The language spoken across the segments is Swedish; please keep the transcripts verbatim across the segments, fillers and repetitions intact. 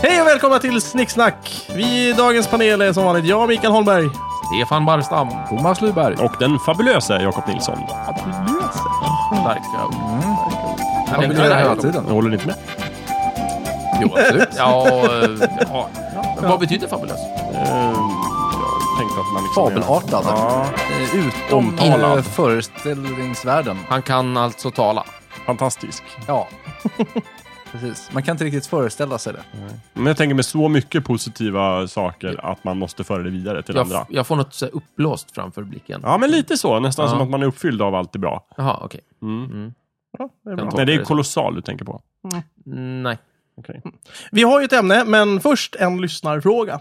Hej och välkomna till Snicksnack. Vi i dagens panel är som vanligt jag, Mikael Holmberg, Stefan Barstam, Thomas Lyberg och den fabulösa Jakob Nilsson. Fabulösa. Starka ord. Mm. Jag tänkte det det här hela ordet. tiden. Jag håller inte med. Jo, absolut. Ja, eh, ja. Men vad betyder fabulös? Uh, jag tänkte att man liksom... Fabelartad. Ja, Eh, Utom Omtalad. i föreställningsvärlden. Han kan alltså tala. fantastisk. Ja. Precis. Man kan inte riktigt föreställa sig det. Men jag tänker med så mycket positiva saker att man måste föra det vidare till Jag, andra. f- jag får något så här uppblåst framför blicken. Ja, men lite så. Nästan Ja. som att man är uppfylld av allt det bra. Jaha, okej. Mm. Mm. Ja, det är Kan bra. ta- Nej, det är det så. kolossal du tänker på. Mm, nej. Okej. Vi har ju ett ämne, men först en lyssnarfråga.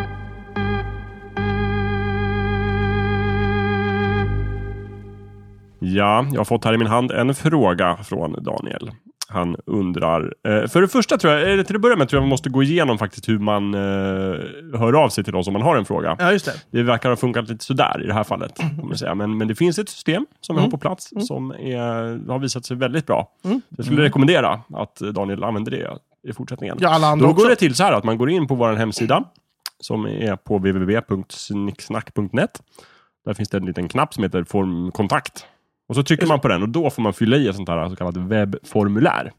Ja, jag har fått här i min hand en fråga från Daniel. Han undrar... Eh, för det första tror jag, eller till att börja med tror jag man måste gå igenom faktiskt hur man eh, hör av sig till oss om man har en fråga. Ja, just det. Det verkar ha funkat lite sådär i det här fallet. Kan man säga. Men, men det finns ett system som vi Mm. har på plats som är, har visat sig väldigt bra. Mm. Jag skulle rekommendera att Daniel använder det i fortsättningen. Ja, alla andra Då också. går det till så här att man går in på vår hemsida som är på w w w punkt snicksnack punkt net. Där finns det en liten knapp som heter form kontakt. Och så trycker man på den och då får man fylla i ett sånt här så kallat webbformulär.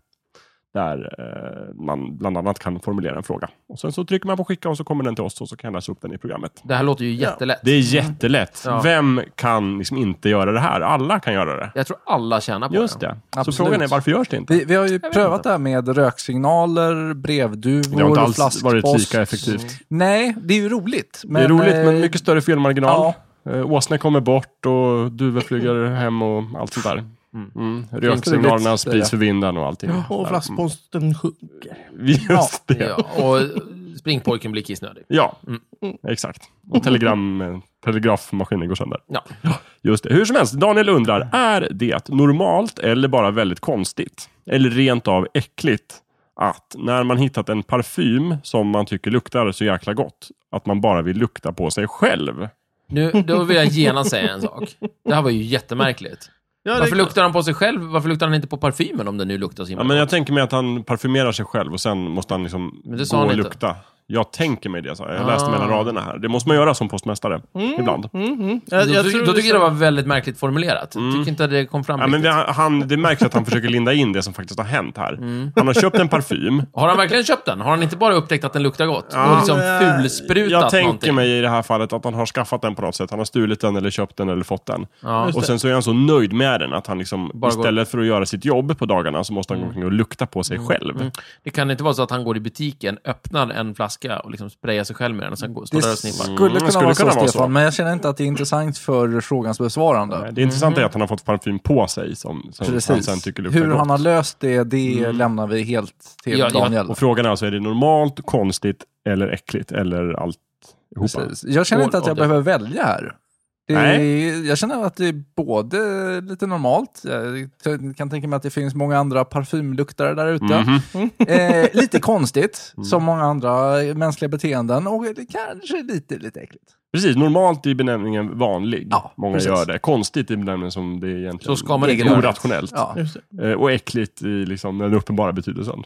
Där eh, man bland annat kan formulera en fråga. Och sen så trycker man på skicka och så kommer den till oss och så kan jag läsa upp den i programmet. Det här låter ju jättelätt. Det är jättelätt. Ja. Vem kan liksom inte göra det här? Alla kan göra det. Jag tror alla tjänar på Just det. det. Absolut. Så frågan är varför görs det inte? Vi, vi har ju vet prövat inte. det här med röksignaler, brevduvor, Det har inte alls flaskpost. varit lika effektivt. Nej, det är ju roligt. Men, det är roligt men eh, mycket större felmarginal. Ja. Eh, Åsnor kommer bort och duvor flyger hem och allt sånt där. Mm. Röksignalerna Roligt, sprids för vinden och allting. Och flaskposten sjunker. Just det. Ja, och springpojken blir kissnödig. Ja, Mm. exakt. Och telegram, eh, telegrafmaskinen går sönder. Ja. Just det. Hur som helst, Daniel undrar, är det normalt eller bara väldigt konstigt? Eller rent av äckligt att när man hittat en parfym som man tycker luktar så jäkla gott, att man bara vill lukta på sig själv? Nu, då vill jag genast säga en sak. Det här var ju jättemärkligt. Ja, det- Varför luktar han på sig själv? Varför luktar han inte på parfymen om det nu luktar så himla Ja, men jag gott? tänker mig att han parfymerar sig själv och sen måste han liksom Men det sa gå han och inte. lukta. Jag tänker mig det, så. Jag Ah. läste mellan raderna här. Det måste man göra som postmästare ibland. Mm, mm. Då, Jag, jag ty- tror då det tycker jag det var väldigt märkligt formulerat. Mm. Tycker inte att det kom fram Ja, men riktigt. vi, han, det märks att han försöker linda in det som faktiskt har hänt här. Han har köpt en parfym. Har han verkligen köpt den? Har han inte bara upptäckt att den luktar gott? Ja, och liksom men, fulsprutat Jag tänker någonting? mig i det här fallet att han har skaffat den på något sätt. Han har stulit den eller köpt den eller fått den. Ja. Just Och sen så är han så nöjd med den att han liksom Bara går- istället för att göra sitt jobb på dagarna så måste han gå omkring och lukta på sig själv. Mm. Det kan inte vara så att han går i butiken, öppnar en flaska och liksom sprayar sig själv med den och sen går, står det där och sniffar. skulle Mm, kunna skulle vara kunna så, vara Stefan, så. men jag känner inte att det är intressant för frågans besvarande. Det intressanta är att han har fått parfym på sig som, som han Precis. sen tycker luktar Hur gott. han har löst det, det lämnar vi helt till Ja, ja. Daniel. Och frågan är alltså, är det normalt, konstigt eller äckligt eller allt ihop? Precis. Jag känner inte att jag Och- och det- behöver välja här. Det är, Nej. jag känner att det är både lite normalt. Jag kan tänka mig att det finns många andra parfymluktare där ute. Mhm. Eh, lite konstigt, som många andra mänskliga beteenden. Och det kanske lite, lite äckligt. Precis, normalt i benämningen vanlig. Ja, Många precis. gör det. Konstigt i benämningen som det är egentligen Så ska man inte göra. orationellt. Ja. Just det. Eh, Och äckligt i liksom den uppenbara betydelsen.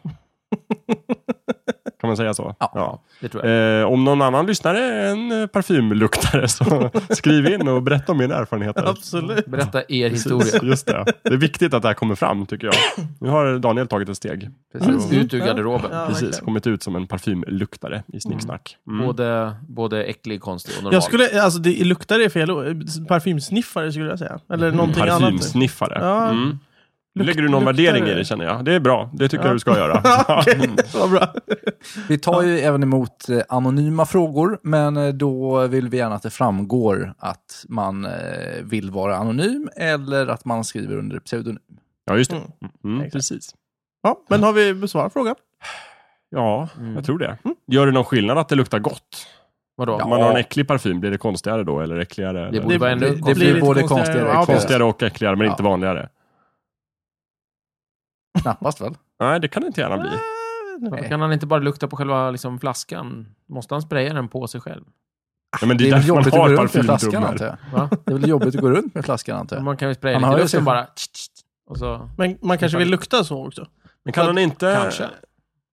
Kan man säga så? Ja. Det tror jag. Eh, om någon annan lyssnare är en eh, parfymluktare så skriv in och berätta om era erfarenheter. Absolut. Berätta er Precis, historia. just det. Det är viktigt att det här kommer fram tycker jag. Nu har Daniel tagit ett steg. Precis. Ut ur garderoben. Ja, Precis, verkligen. kommit ut som en parfymluktare i Snicksnack. Mm. Både, både äcklig, konstig och normal. Jag skulle, alltså det luktar det fel. Parfymsniffare skulle jag säga. Eller någonting annat. Parfymsniffare. Ja. Mm. Nu Luk- lägger du någon luktar värdering det? i det känner jag. Det är bra, det tycker jag du ska göra. Okej, vad bra. Vi tar ju även emot eh, anonyma frågor, men eh, då vill vi gärna att det framgår att man eh, vill vara anonym eller att man skriver under pseudonym. Ja, just det. Mm. Mm, Exakt. precis. Ja, men har vi besvarat frågan? Ja, Mm. jag tror det. Gör det någon skillnad att det luktar gott? Vadå? Om man har en äcklig parfym, blir det konstigare då? Eller äckligare? Det eller? borde vara ännu det, det konstigare. blir lite både konstigare. konstigare och Ja, äckligare. Konstigare och äckligare, men Ja. inte vanligare. Knappast väl? Nej, det kan det inte gärna bli. Varför kan han inte bara lukta på själva liksom, flaskan? Måste han spraya den på sig själv? Ja, men det Det är är väl därför man jobbigt att gå har runt med flaskan, antar parfymtrummor. jag. Va? Det är väl jobbigt att gå runt med flaskan, antar jag. Man kan ju spraya Han lite har i ju luften sin- bara. tsch, tsch, tsch, Och så... Men man kanske vill lukta så också. Men kan han inte... Kanske.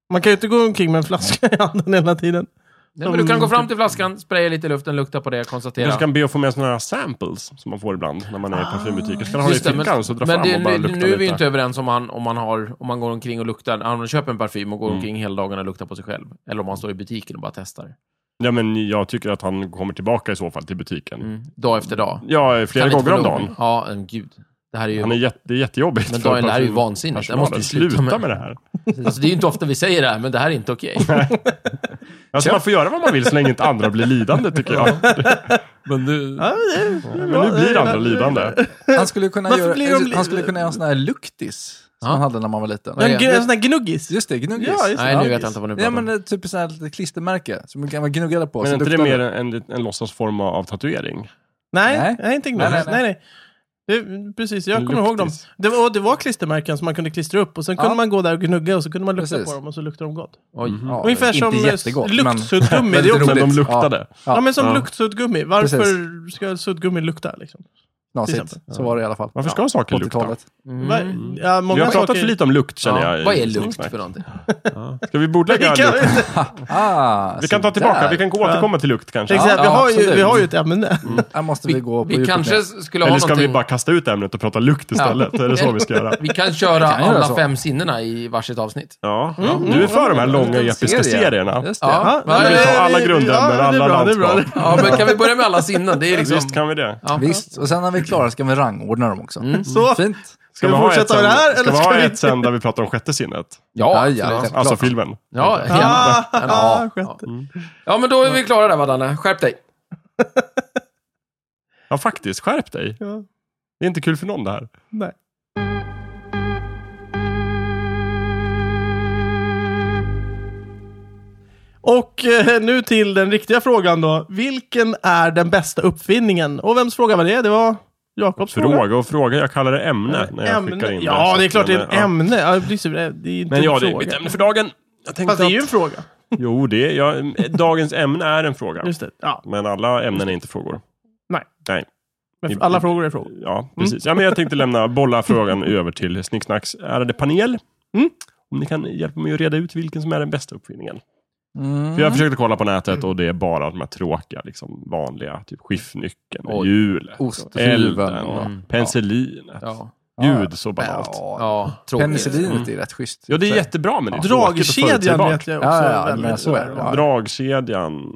Man kan ju inte gå omkring med en flaska i handen hela tiden. Nej, men du kan gå fram till flaskan, spraya lite i luften, lukta på det, konstatera. Du kan be att få med sådana här samples som man får ibland när man är i parfymbutiker. Ska man ha det i Just det, fickan så dra men fram det, och bara nu, lukta nu är vi lite. inte överens om man, om man, har, om man går omkring och luktar. Om man köper en parfym och går omkring hela dagen och luktar på sig själv. Eller om man står i butiken och bara testar. Ja, men jag tycker att han kommer tillbaka i så fall till butiken. Mm. Dag efter dag. Ja, flera Kan vi inte gånger om få dagen. lugn? Ja, en gud. Det här är ju... Han är jätte, det är jättejobbigt. Men för Daniel, det här är ju parfym- vansinnigt. Det måste vi personalen. sluta med. med det här. Alltså, det är ju inte ofta vi säger det här, men det här är inte okej. Alltså, man får göra vad man vill så länge inte andra blir lidande, tycker jag. Men du... Ja, det är, det är Men bra. nu blir Det är- andra lidande. Han skulle kunna Varför göra, blir de- han skulle kunna göra en sån här luktis som Ja. man hade när man var liten. En, gn- en sån här gnuggis. Just det, gnuggis. Ja, just det. Nej, nu vet jag inte vad nu Ja, pratar men om. det är typ så här lite klistermärke som man kan gnugga på. Men så är inte det luktar mer en, en, en låtsasform av tatuering? Nej, Nej. nej, inte gnuggis. Nej, Nej, nej, nej. Det, precis, jag kommer ihåg dem. Luktis. Det var, det var klistermärken som man kunde klistra upp och sen kunde Ja. man gå där och gnugga och så kunde man lukta Precis. på dem och så luktade de gott. Oj. Ja, Ungefär inte som jättegott, men- luktsuddgummi. Det är Väldigt också, Men de roligt. luktade. Ja. ja, men som Ja. luktsuddgummi. Varför ska suddgummi lukta? Liksom? Knasigt. exempel. Så var det i alla fall. Varför ska saker På lukta? åttiotalet. Va- Ja, många Vi har pratat saker... för lite om lukt, känner Ja. jag. Vad är i lukt Snicksnack. för någonting? Ska vi bordlägga Vi kan, lukt? Ah, Vi kan ta så tillbaka, där. vi kan gå återkomma till lukt kanske. exakt, vi, Ja, har ju, absolut. vi har ju ett ämne. Här måste vi, Vi, gå på vi djupet kanske med. skulle ha Eller ska någonting... vi bara kasta ut ämnet och prata lukt istället? Är det så vi ska göra? Vi kan köra Vi kan göra alla så. fem sinnena i varsitt avsnitt. Ja, Mm, du är för de här långa En episka serie. serierna. Just det. Ja. Ja, men- men- ta alla grundämnen, ja, det är alla bra, det är bra. landskap. Ja, men kan vi börja med alla sinnen? Det är liksom... Visst kan vi det. Ja. Visst, och sen när vi är klara ska vi rangordna dem också. Så, Fint. ska vi ha ett fortsätta med det sen- här? Ska Eller vi ska ha vi... ett sen där vi pratar om sjätte sinnet? Ja, Ja, ja, absolut. självklart. Alltså filmen. Ja, Ah, ja. ah, Ja. sjätte. Ja, men då är vi klara där, va, Danne? Skärp dig. Ja, faktiskt. Skärp dig. Ja, Det är inte kul för någon det här. nej. Och eh, nu till den riktiga frågan då. Vilken är den bästa uppfinningen? Och vems fråga var det? Det var Jakobs fråga. Fråga och fråga, jag kallar det ämne när jag Ämne. skickar in Ja, det är klart det är Men, ett ämne. Ja, precis, det är det är inte Men ja, en det är fråga. mitt ämne för dagen. Jag tänkte Fast det är ju en att... fråga. Jo, det är... Ja, dagens ämne är en fråga. Just det. Ja, Men alla ämnen är inte frågor. nej. Nej. Men alla frågor är frågor. Ja, precis. Ja, men jag tänkte lämna bolla frågan över till Snicksnacks ärade panel. Mm. Om ni kan hjälpa mig att reda ut vilken som är den bästa uppfinningen. Mm. För jag försökte kolla på nätet och det är bara de här tråkiga, liksom vanliga, typ skiftnyckeln, Oj. hjulet, Osthyveln elden, och- Mm. penicillinet. Ja, Gud, så banalt. Ja, Ja, ja tråkigt. penicillinet är rätt schysst. det är jättebra, men det är tråkigt och Dragkedjan förutsägbart. vet jag också. Ja, ja, väldigt men så är det. väl. Ja. Dragkedjan...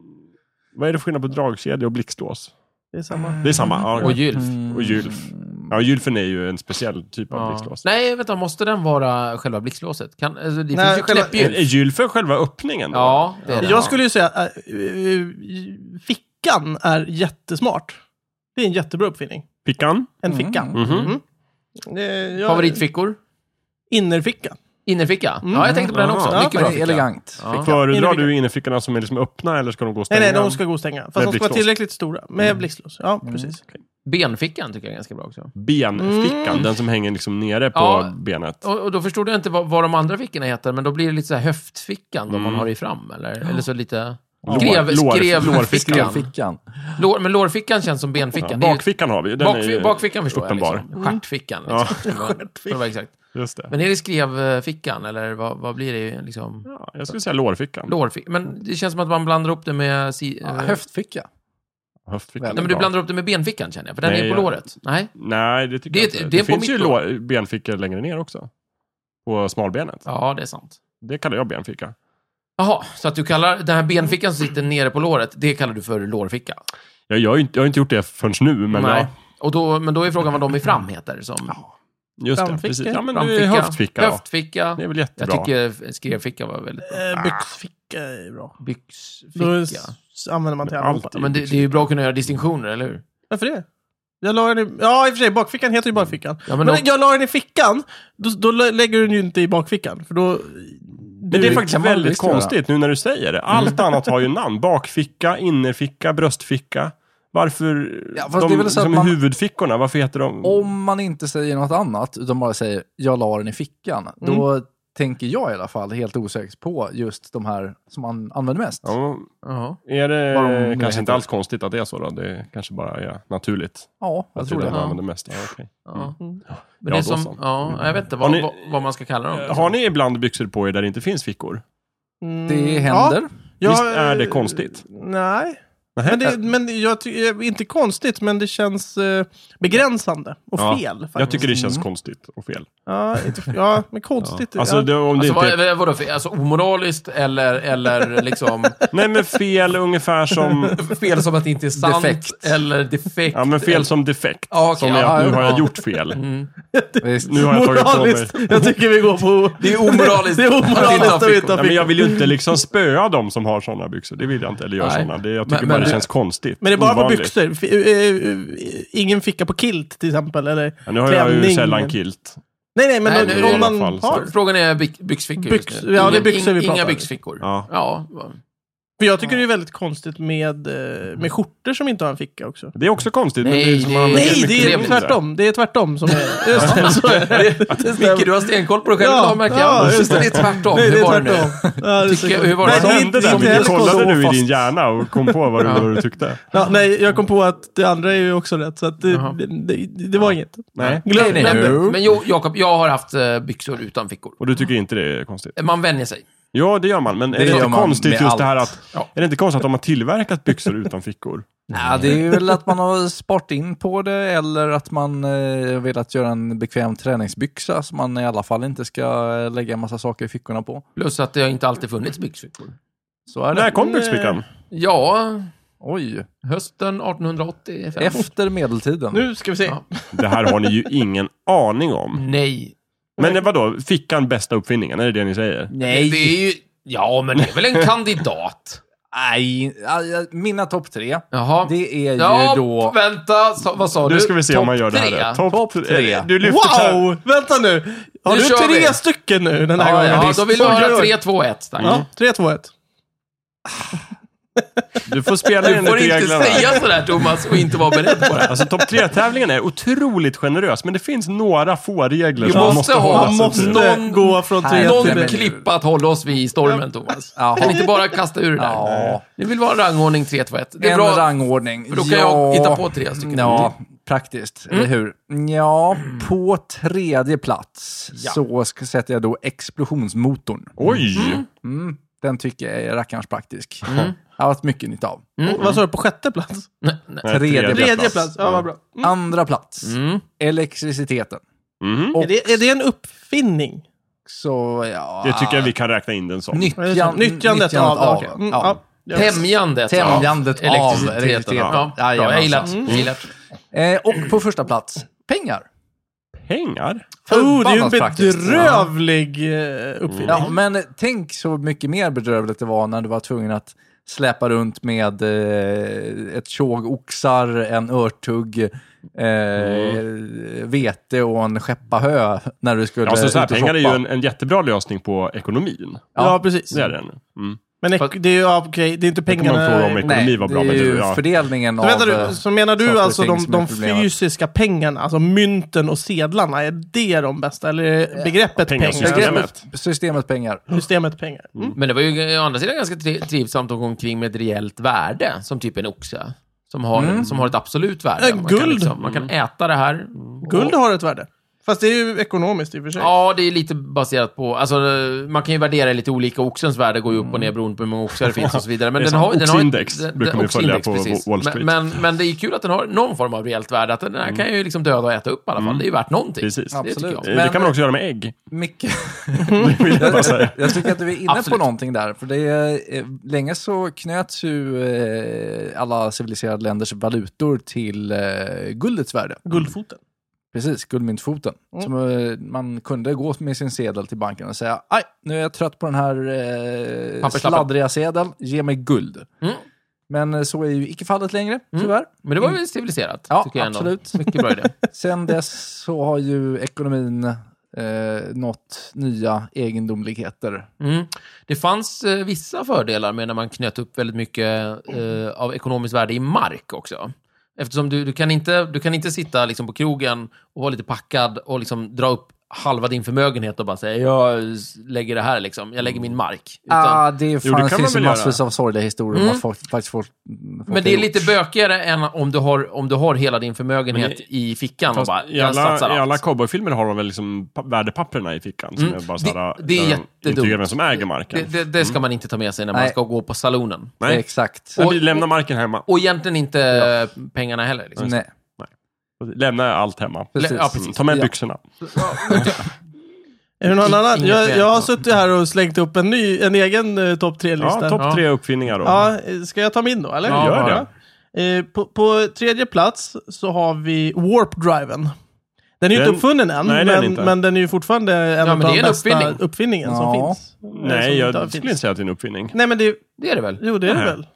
Vad är det för skillnad på dragkedja och blixtlås? Det är samma. Det är samma. Ja, Och gylf. Mm. Och gylf. Ja, gylfen är ju en speciell typ av Ja. blixtlås. Nej, vänta, måste den vara själva blixtlåset? Kan, alltså, det Nej, finns ju själva- Är, knäppgylf. är gylfen själva öppningen då? Ja, det är det. Jag skulle ju säga att äh, äh, fickan är jättesmart. Det är en jättebra uppfinning. Fickan? En Mm. ficka. Mhm. Mm. Eh, jag- Favoritfickor? Innerficka. Innerficka? Mm. Ja, jag tänkte på den också. Ja, Mycket bra Men ficka. elegant. Ja. Föredrar Innerfickan. du innerfickorna som är liksom öppna eller ska de gå och Nej, stänga? nej, de ska gå och stänga. Fast Med de ska vara blixtlås. tillräckligt stora. Med blixtlås. Ja, precis. Benfickan tycker jag är ganska bra också. Benfickan, Mm. den som hänger liksom nere på Ja. benet. Och, och då förstod jag inte vad, vad de andra fickorna heter, men då blir det lite så här höftfickan då Mm. man har i fram, eller? Eller så lite... Lår- Skrev, lår- skrev lårfickan. fickan. Fickan. Lår, men lårfickan känns som benfickan. Ja, Det är ju- bakfickan har vi. Den Bakfi- är bakfickan förstår uppenbar. jag. Liksom. Stjärtfickan. Liksom. För att vara exakt. Just det. Men är det skrevfickan, eller vad, vad blir det? Liksom? Ja, jag skulle säga lårfickan. Lårfickan. Men det känns som att man blandar upp det med... Si, Ja, eh, höftficka. Höftfickan. Nej, Nej, men är du bra. blandar upp det med benfickan, känner jag. För den Nej, är på jag- låret. Nej. Nej, det tycker Det är jag ett- inte. det Det, är på finns mitt ju lår. lår, benfickor längre ner också. På smalbenet. Ja, det är sant. Det kallar jag benficka. Jaha, så att du kallar den här benfickan som sitter nere på låret, det kallar du för lårficka? Jag, jag, har inte, jag har inte gjort det förrän nu, men Nej. ja. Och då, men då är frågan vad de i fram heter. Som Just det, Framficka. precis. Ja, men det framficka, är höftficka. Ja. höftficka. Det är väl Jag jättebra. tycker skrevficka var väldigt bra. Eh, byxficka är bra. Då Byxficka. s- använder man till Men allt. allt Ja, men det, det är ju bra att kunna göra distinktioner, eller hur? Varför det? Jag la den i... Ja, i och för sig, bakfickan heter ju bakfickan. Ja, men men om jag la den i fickan, då, då lä- lägger du den ju inte i bakfickan. För då... Men det är faktiskt kan man väldigt visst göra. konstigt nu när du säger det. Allt annat har ju namn. Bakficka, innerficka, bröstficka. Varför Ja, fast de, det är väl så att som man- huvudfickorna, varför heter de... Om man inte säger något annat, utan bara säger jag la den i fickan, då tänker jag i alla fall, helt osäker på just de här som man använder mest. Ja, Ja. är det Vad de nu kanske heter. inte alls konstigt att det är så då? Det kanske bara är naturligt. Ja, jag Att tror det är det. man Ja. använder mest. Ja, okej. Ja. Men Ja, det är då som, så. ja, jag vet inte Har vad, ni- vad, vad man ska kalla dem. Eh, Har ni ibland byxor på er där det inte finns fickor? Mm, Det händer. Ja, Visst är det eh, konstigt? Nej. Nähä? Men, det, men jag tycker inte konstigt, men det känns eh, begränsande och Ja, fel. Faktiskt. Jag tycker det känns Mm. konstigt och fel. Ja, inte, ja men konstigt. Alltså, ja. det, om det Alltså, inte är... vad, vadå, för- alltså omoraliskt eller, eller liksom Nej, men fel ungefär som... fel som att det inte är sant Defekt. eller defekt. Ja, men fel som defekt. Ja, okej, som är ja, att nu ja, har ja. jag gjort fel. Mm. Visst. Nu har jag tagit på mig... Moraliskt. Jag tycker vi går på... Det är omoraliskt. Det är omoraliskt att vi inte Ja, har men jag fickor. vill ju inte liksom spöa dem som har sådana byxor. Det vill jag inte. Eller gör Nej. sådana. Det, jag tycker Men- bara men- det känns konstigt. Men det är bara på Ovanligt. byxor. F- eh, eh, ingen ficka på kilt till exempel. Eller Ja, nu har jag ju klänning. sällan kilt. Nej, nej, men Nej, om, nu- om i man alla fall, så- har. Frågan är byx, byxfickor just Byx- nu. ja, det är Inga- byxor vi in- pratar Inga om. byxfickor. Ja. Ja. För jag tycker det är väldigt konstigt med, eh, med skjortor som inte har en ficka också. Det är också konstigt. Nej, men det är som det- man använder Nej, mycket det är mindre. tvärtom. Det är tvärtom som är... Just det, så är det. Micke, du har stenkoll på dig själv Ja, idag, märker ja, jag. just det. är tvärtom. Nej, det Hur var är det nu? tvärtom. Ja, det är så Tycker- kul. hur var det? Nej, Vad det är hände inte där? inte Micke? heller Kollade så du i fast. din hjärna och kom på vad du, vad du tyckte? Ja, nej, jag kom på att det andra är ju också rätt. Så att det, Jaha. det, det, det var inget. Nej. Glöm, Nej, nej, glöm nej. det. Men jo, Jakob, jag har haft eh, byxor utan fickor. Och du tycker inte det är konstigt? Man vänjer sig. Ja, det gör man. Men är det gör inte man konstigt med just det här allt. att... Ja. Är det inte konstigt att de har tillverkat byxor utan fickor? Ja, det är ju väl att man har sparat in på det eller att man eh, velat göra en bekväm träningsbyxa som man i alla fall inte ska eh, lägga en massa saker i fickorna på. Plus att det har inte alltid funnits byxfickor. Så är det. När kom byxfickan? Ja, Oj, hösten arton åttiofem. efter medeltiden. Nu ska vi se. Ja. Det här har ni ju ingen aning om. Nej. Men vadå? Fickan bästa uppfinningen? Är det det ni säger? Nej. Det är ju... Ja, men det är väl en kandidat. Nej, ja, ja, mina topp tre. Jaha. Det är ju Ja, då... vänta. Så, vad sa du? Nu ska vi se om man gör det Topp här. tre. rätt. Topp tre. eh, Du lyfter Wow! Vänta nu! Har Nu du kör tre vi. stycken nu den här Ja, gången? ja, då vill du Oj, oj, höra oj. tre, två, ett. Tack. Ja, tre, två, ett. Du får spela Du enligt får inte reglerna. säga sådär, Thomas, och inte vara beredd på det. Alltså topp tre-tävlingen är otroligt generös, men det finns några få regler Vi som man måste måste ha- hålla Man sig måste till. Någon- gå från tre Någon till... Någon klippa att hålla oss vid i stormen, Thomas. Jaha. Kan inte bara kasta ur det där. Ja, Det vill vara rangordning tre, två, ett. Det är en bra. rangordning. För då kan ja. jag hitta på tre stycken. Ja, praktiskt, eller hur? Ja, på tredje plats Ja. så ska sätta jag då explosionsmotorn. Oj! Mm, den tycker jag är rackarns praktisk. Mm. Jag har haft mycket nytta av. Mm. Vad sa du, på sjätte plats? Nej, nej. Nej, Tredje Tredje plats, ja vad bra. Mm. Andra plats, Mm. elektriciteten. Mhm. Och Är, det, är det en uppfinning? så, ja... Det tycker jag vi kan räkna in den som. Nyttjan, Nyttjandet av... av. okej. Mm, ja. ja. Tämjandet, Tämjandet av elektriciteten. elektriciteten. Ja, bra. Jajamensan. Jag gillar Mm. jag gillar. Eh, och på första plats, pengar. Pengar? Oh, det är ju en Förbannat praktiskt. bedrövlig eh, uppfinning. Ja, men tänk så mycket mer bedrövligt det var när du var tvungen att släpa runt med eh, ett tjog oxar, en örtugg, eh, vete och en skeppa hö när du skulle Alltså så här, ut och pengar är ju shoppa. en, en jättebra lösning på ekonomin. Ja, precis. Det är den. Mm. Men ek- det är ju ja, okej, det är inte kan man pengarna... fråga om ekonomi Nej, var bra, det är men det- ju ja. fördelningen Så, av... vänta, eh, du, så menar saker du och alltså ting de, som är de problemet. fysiska pengarna, alltså mynten och sedlarna, är det de bästa? Eller är begreppet pengar? pengasystemet. Begreppet, systemet pengar. Systemet pengar. Mm. Men det var ju å andra sidan ganska tri- trivsamt att gå omkring med ett reellt värde, som typ en oxe. Som har, Mm. som har ett absolut värde. Äh, Man guld. Kan liksom, man kan äta det här. Guld har ett värde. Fast det är ju ekonomiskt i och för sig. Ja, det är lite baserat på... Alltså, man kan ju värdera lite olika. Oxens värde går ju upp och ner beroende på hur många oxar det finns och så vidare. Men Det är den som har, den har, oxindex den- brukar man ju oxindex, följa på precis. Wall Street. Men, men, men det är kul att den har någon form av reellt värde. Att den här kan ju liksom döda och äta upp i alla fall. Det är ju värt någonting. Precis. Det tycker Absolut. jag. Eh, Men- det kan man också göra med ägg. Micke, Det vill jag bara säga. jag tycker att du är inne Absolut. på någonting där. För det är, eh, länge så knöts ju eh, alla civiliserade länders valutor till eh, guldets värde. Guldfoten. Precis, guldmyntfoten. Mm. Som eh, man kunde gå med sin sedel till banken och säga, aj, nu är jag trött på den här eh, Papperslappen. sladdriga sedeln, ge mig guld. Mm. Men eh, så är ju icke fallet längre, Mm. tyvärr. Men det var väl civiliserat, Ja, tycker jag ändå. absolut. Mycket bra idé. Sen dess så har ju ekonomin eh, nått nya egendomligheter. Mm. Det fanns eh, vissa fördelar med när man knöt upp väldigt mycket eh, av ekonomiskt värde i mark också. Eftersom du, du, kan, inte, du kan inte sitta liksom på krogen och vara lite packad och liksom dra upp halva din förmögenhet och bara säga jag lägger det här liksom, jag lägger min mark. Utan, ah, det är Jo, det fan, kan finns man ju väl massor göra. av sorgliga historier om Mm. att folk faktiskt får... men det är lite bökigare än om du har, om du har hela din förmögenhet Men det- i fickan och Fast bara, i, jag satsar alla, I alla allt. cowboyfilmer har de väl liksom pa- värdepapperna i fickan. Som Mm. är bara Det- såhär, det är där de jättedumt. inte vet vem som äger marken. Det, det, det ska man inte ta med sig när man Nej. ska gå på salonen. Nej. Exakt. Nej, Och- vi lämnar marken hemma. Och egentligen inte eh, pengarna heller. Liksom. Nej. Lämna allt hemma. Precis. Ja, precis. Ta med Ja. byxorna. Är det någon In- annan? inget Jag, mer. jag har suttit här och slängt upp en, ny, en egen uh, topp tre-lista. Ja, topp Ja. tre uppfinningar då. Ja, ska jag ta min då, eller? Ja, gör bara. det. Eh, på, på tredje plats så har vi Warp-driven. Den är ju Den- inte uppfunnen än, nej, det är den men, inte. men den är ju fortfarande en Ja, av men det är de en bästa uppfinning. uppfinningen som Ja. finns. Nej, Som jag inte skulle finns. inte säga att det är en uppfinning. Nej, men det, Det är det väl? jo, det är det Nej. väl.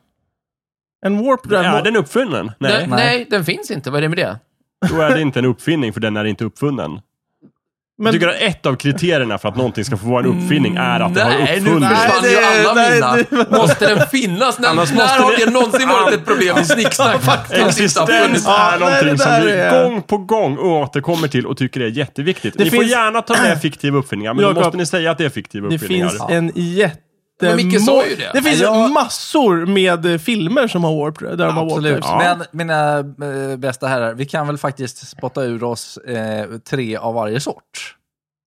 En Warp-drive. Är den uppfunnen? Nej. Den, nej, den finns inte. Vad är det med det? Då är det inte en uppfinning, för den är inte uppfunnen. men, Jag tycker att ett av kriterierna för att någonting ska få vara en uppfinning är att det har Nej, nu uppfunnits. Nej, försvann ju det- alla nej, mina. det- Måste den finnas? När, Annars när måste har det- det någonsin varit ett problem i snicksnack? Existens Ja, är nej, någonting det som där vi är- gång på gång återkommer till och tycker är jätteviktigt. Det Ni får finns- gärna ta med fiktiva uppfinningar, men då Jakob, måste ni säga att det är fiktiva det uppfinningar. finns en jätte... Men Micke sa ju det. Det finns Ja. massor med eh, filmer som har Warp, där de har Warp Absolut. drives. Ja. Men mina äh, bästa herrar, vi kan väl faktiskt spotta ur oss eh, tre av varje sort.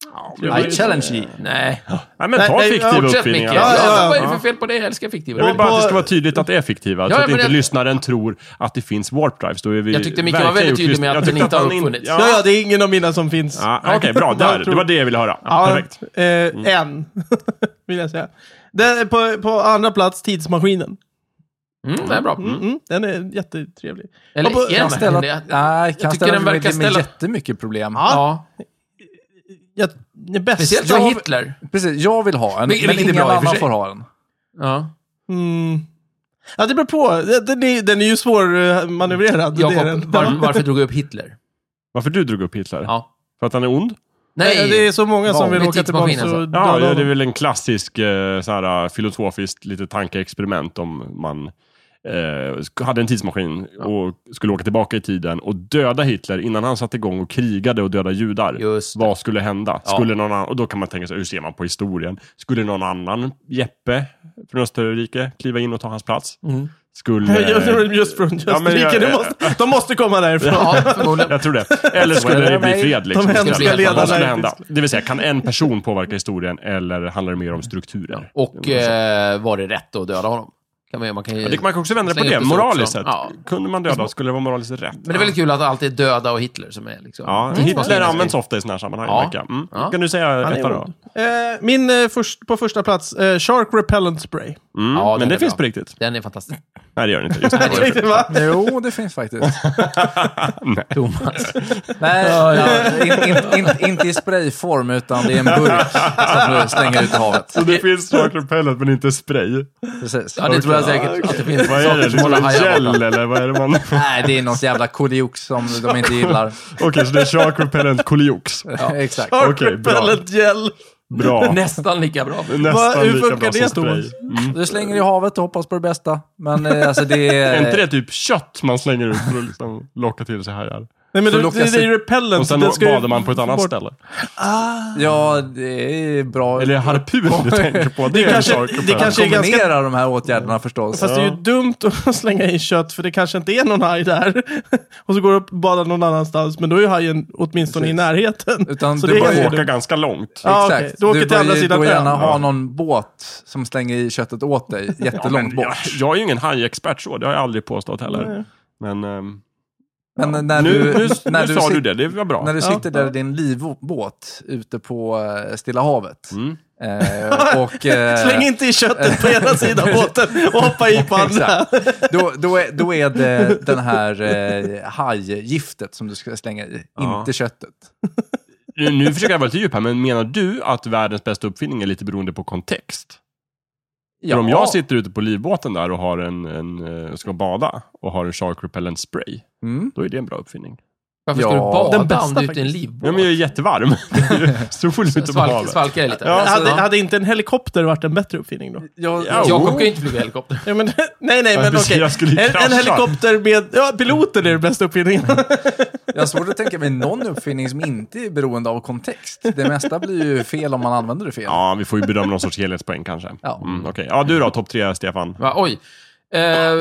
I challenge you. Nej. Nej, men ta Nej, nej, fiktiva Fortsätt Micke. uppfinningar. Ja, Ja, ja, ja. vad är det för fel på det? Jag älskar fiktiva. Jag vill bara att det ska på- vara tydligt att det är fiktiva, Ja, så att men inte jag- lyssnaren tror att det finns warp drives. Då är vi Jag tyckte Micke var verkligen väldigt tydlig med att jag den tyckte inte har han in- uppfunnits. Ja, ja, det är ingen av mina som finns. Ja, Okej, bra. Där. Jag tror- Det var det jag ville höra. Ja, Perfekt. eh, en, vill jag säga. Den, på, på andra plats, Tidsmaskinen. Mm, det är bra. Mm, mm, den är jättetrevlig. Eller Och på- igen, Kan ställa, det- nej, kan tycker ställa den med, verkar med ställa- jättemycket problem. Ja. Jag, det bästa Speciellt för av- Hitler. Precis, jag vill ha en, Vilket men är ingen bra i och för annan sig. får ha den. Ja. Mm. Ja, det beror på. Den är, den är ju svårmanövrerad. det är Jakob, den. var, varför drog jag upp Hitler? Varför du drog upp Hitler? Ja. För att han är ond? Nej, Det är så många som Ja, vill med åka tillbaka tidsmaskinen, och alltså. Ja, döda det är honom. väl en klassisk eh, så här, filosofiskt lite tankeexperiment om man eh, sk- hade en tidsmaskin och skulle åka tillbaka i tiden och döda Hitler innan han satte igång och krigade och döda judar. Just det. Vad skulle hända? Ja. Skulle någon annan, och då kan man tänka sig, hur ser man på historien? Skulle någon annan Jeppe från Österrike kliva in och ta hans plats? Mm. Skulle... Just- Just från Ja, men Österrike. jag- De måste, de måste komma därifrån. Ja, förmodligen. Jag tror det. Eller skulle det bli fred liksom? De hemska Vad skulle ledarna i hända? Det vill säga, kan en person påverka historien eller handlar det mer om strukturen? Och eh, var det rätt att döda honom? Kan man, man kan ju Ja, det kan man också vända på slänga det, upp så moraliskt också. sett. Ja. Kunde man döda, skulle det vara moraliskt rätt. Men det är väldigt kul att det alltid är döda och Hitler som är liksom... Ja, Mm. Hitler används ofta i sådana här sammanhang. Ja. verkar. Mm. Ja. Kan du säga Han är etta då? ond. Eh, min eh, först, på första plats, eh, Shark Repellent Spray. Mm. Ja, den Men det är finns bra. på riktigt. Den är fantastisk. Nej, det gör det inte. Just det. Nej, det gör det. Va? Jo, det finns faktiskt. Thomas. Nej, ja, in, in, in, inte i sprayform, utan det är en burk som du slänger ut i havet. Så det finns shark repellent men inte spray. Precis. Ja, det tror jag säkert att det finns Vad är saker det? som håller Liksom en hajar borta. gel eller vad är det man... Nej, det är något jävla koliox som de inte gillar. Okej, så det är shark repellent koliox. Exakt. Shark Okej, bra. Repellent gel. Bra. Nästan lika bra. Va, Nästan hur lika funkar bra det, som spray. Thomas? Mm. Du slänger i havet och hoppas på det bästa. Men eh, alltså det är... Är inte det typ kött man slänger ut för att liksom locka till sig hajar? Nej, men För det, locka det, det är sig- ju repellent. Och sen den ska ju badar man på ett annat bort. ställe. Ja, det är bra. Eller harpun du tänker på. Det, Det är kanske- en shark det repellent. kanske- är ganska- Kombinera de här åtgärderna förstås. Fast det är ju dumt att slänga i kött, för det kanske inte är någon haj där. Och så går du upp och badar någon annanstans, men då är ju hajen åtminstone Precis. i närheten. Utan så du det bara är ju Åka dumt. ganska långt. Ja, Exakt. okej. Du åker till bör andra ju sidan då ön. gärna ha Ja. någon båt som slänger i köttet åt dig jättelångt jag, bort. jag är ju ingen hajexpert så, det har jag aldrig påstått heller. Nej. Men ehm, Men när nu, du, nu, när nu du, sa sit- du det, det var bra. när du Ja. sitter där i din livbåt ute på eh, Stilla havet. Mm. Eh, och, eh, Släng inte i köttet på ena sidan båten och hoppa i på andra. Exakt. Då, då, är, då är det den här eh, hajgiftet som du ska slänga i, Ja. inte köttet. Nu, nu försöker jag vara lite djup här, men menar du att världens bästa uppfinning är lite beroende på kontext? För om jag sitter ute på livbåten där och har en, en, eh, ska bada och har en shark repellent spray, Mm. då är det en bra uppfinning. Varför ska Ja, du bada den bästa om du är ute i en faktiskt. livbåt? Ja, men jag är jättevarm. Sol ute på Svalk, havet. svalkar det lite. Ja, Alltså, hade, ja. hade inte en helikopter varit en bättre uppfinning då? Jag, Ja, Jakob oh. kan ju inte flyga helikopter. Ja, men, nej, nej, men precis, okej. jag skulle ju En, en krascha. helikopter med... Ja, piloten är den bästa uppfinningen. jag har svårt att tänka mig någon uppfinning som inte är beroende av kontext. Det mesta blir ju fel om man använder det fel. Ja, vi får ju bedöma någon sorts helhetspoäng kanske. Ja. Mm, okej. Ja, du då, topp tre, Stefan. Va, oj. Eh,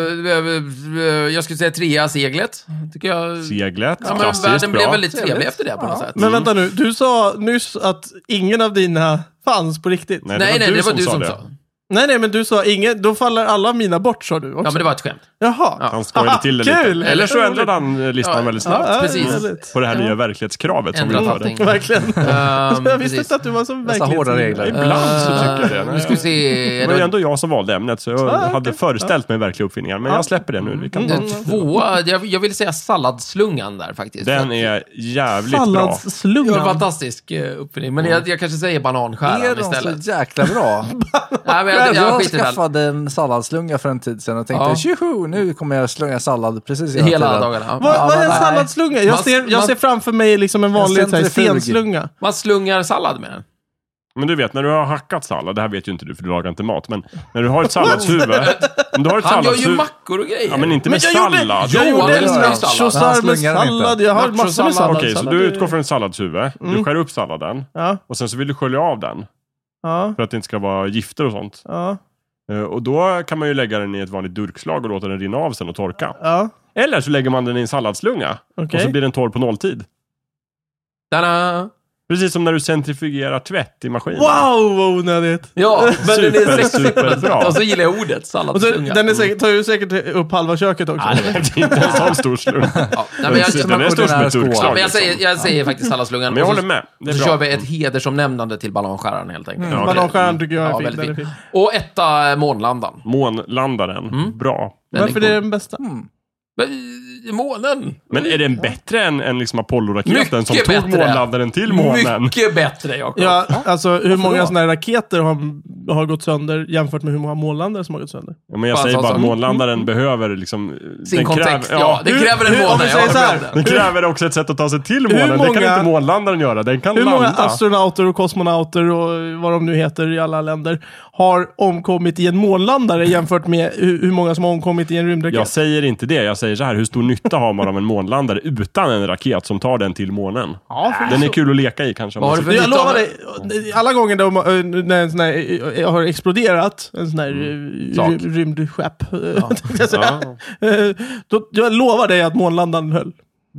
jag skulle säga trea, seglet. Tycker jag... Seglet, Ja, men klassiskt världen blev bra. väldigt trevlig Trevligt. efter det på Ja. något sätt. Men vänta nu, du sa nyss att ingen av dina fanns på riktigt. Nej, Nej, nej, du det var som du sa som det. sa. Nej, nej, men du sa ingen, då faller alla mina bort, sa du också. Ja, men det var ett skämt. Jaha. Ja. Han skojade till det lite. Kul! Eller så ändrade han eh, listan Ja. väldigt snabbt. Ja, precis. väldigt. På det här nya verklighetskravet som vi Ändrat införde. allting. Verkligen. Ehm, jag visste precis. inte att du var så Nästa hårda verklighets- regler. Ibland så tycker jag det. Eh, Nu ska vi se. Det var ju ändå jag som valde ämnet, så jag Ah, okej. hade föreställt mig verkliga uppfinningar. Men Ja. jag släpper det nu. Vi kan ta Den tvåa, jag, jag vill säga salladsslungan där faktiskt. Den är jävligt bra. Ja, Salladslungan. fantastisk eh, uppfinning. Men jag, jag kanske säger Är bananskäran de istället. så jäkla bra? Nej, men jag, Jag, jag jag skiter i den. skaffade en salladslunga för en tid sedan och tänkte, Ja. tjoho, nu kommer jag slunga sallad precis hela, Hela tiden. dagarna. Vad, Ja, vad är men en nej. salladslunga? Jag Man- ser, jag man- ser framför mig liksom en vanlig En så här, centrifug. stenslunga. Man slungar sallad med den. Men du vet, när du har hackat sallad, det här vet ju inte du för du lagar inte mat, men när du har ett salladshuvud, om du har ett Han gör ju salladshuvud, mackor och grejer. ja men inte Men med jag gjorde, sallad. jag Jo, gjorde han en gör det. nachosar Han med slungar den inte. sallad. Jag har massor med Nachosallad. sallad. Okej, så Sallad du är- utgår från ett salladshuvud, du skär upp salladen, Ja, och sen så vill du skölja av den, ja, för att det inte ska vara gifter och sånt. ja, Eh, Och då kan man ju lägga den i ett vanligt durkslag och låta den rinna av sen och torka. ja. Eller så lägger man den i en salladsslunga, Okej. och så blir den torr på nolltid. Ta-da! Precis som när du centrifugerar tvätt i maskinen. Wow, vad onödigt. Ja, men den Super, är sexig. superbra. Och så gillar jag ordet Och så, salladslunga. den är säkert, tar ju säkert upp halva köket också. Nej, det är inte en sån stor slunga. Ja, nej, men jag, Den man är stor som ordinär ett skål. ja, durkslag. men jag, liksom. säger, jag säger faktiskt salladslungan. Men jag Och så- håller med. Det är Så bra. kör vi ett hedersomnämnande till ballongskäraren helt enkelt. Ja, okej. Bananskäran tycker jag är Ja, fin. väldigt Den är fin. fin. Och etta, eh, månlandan. Månlandaren. Bra. Den Varför är cool. det den bästa? Men, Månen! Men är den bättre än, än liksom Apollo-raketen Mycket som tog bättre. månlandaren till månen? Mycket bättre, Jakob. Ja, alltså hur många då? sådana här raketer har, har gått sönder jämfört med hur många månlandare som har gått sönder? Ja, men jag Fan, säger så- bara att så- månlandaren behöver liksom... Sin den kontext. kräver- ja, det Hur- kräver en hur- om måne. vi Jag säger har så här, glömt Den det. kräver också ett sätt att ta sig till Hur månen. Det kan många- inte månlandaren göra. Den kan Hur många landa. astronauter och kosmonauter och vad de nu heter i alla länder har omkommit i en månlandare jämfört med hur, hur många som har omkommit i en rymdraket? Jag säger inte det. Jag säger så här. Hur stor nytta har man av en månlandare utan en raket som tar den till månen? Ja, för Den är kul att leka i kanske. om Vad man har du sitter- för jag nytta lovar av- dig, alla gånger de, äh, när en sån här äh, har exploderat, en sån här mm. Sak. rymdskepp, ja. tänkte jag säga. Ja. Eh, då, jag lovar dig att månlandaren höll.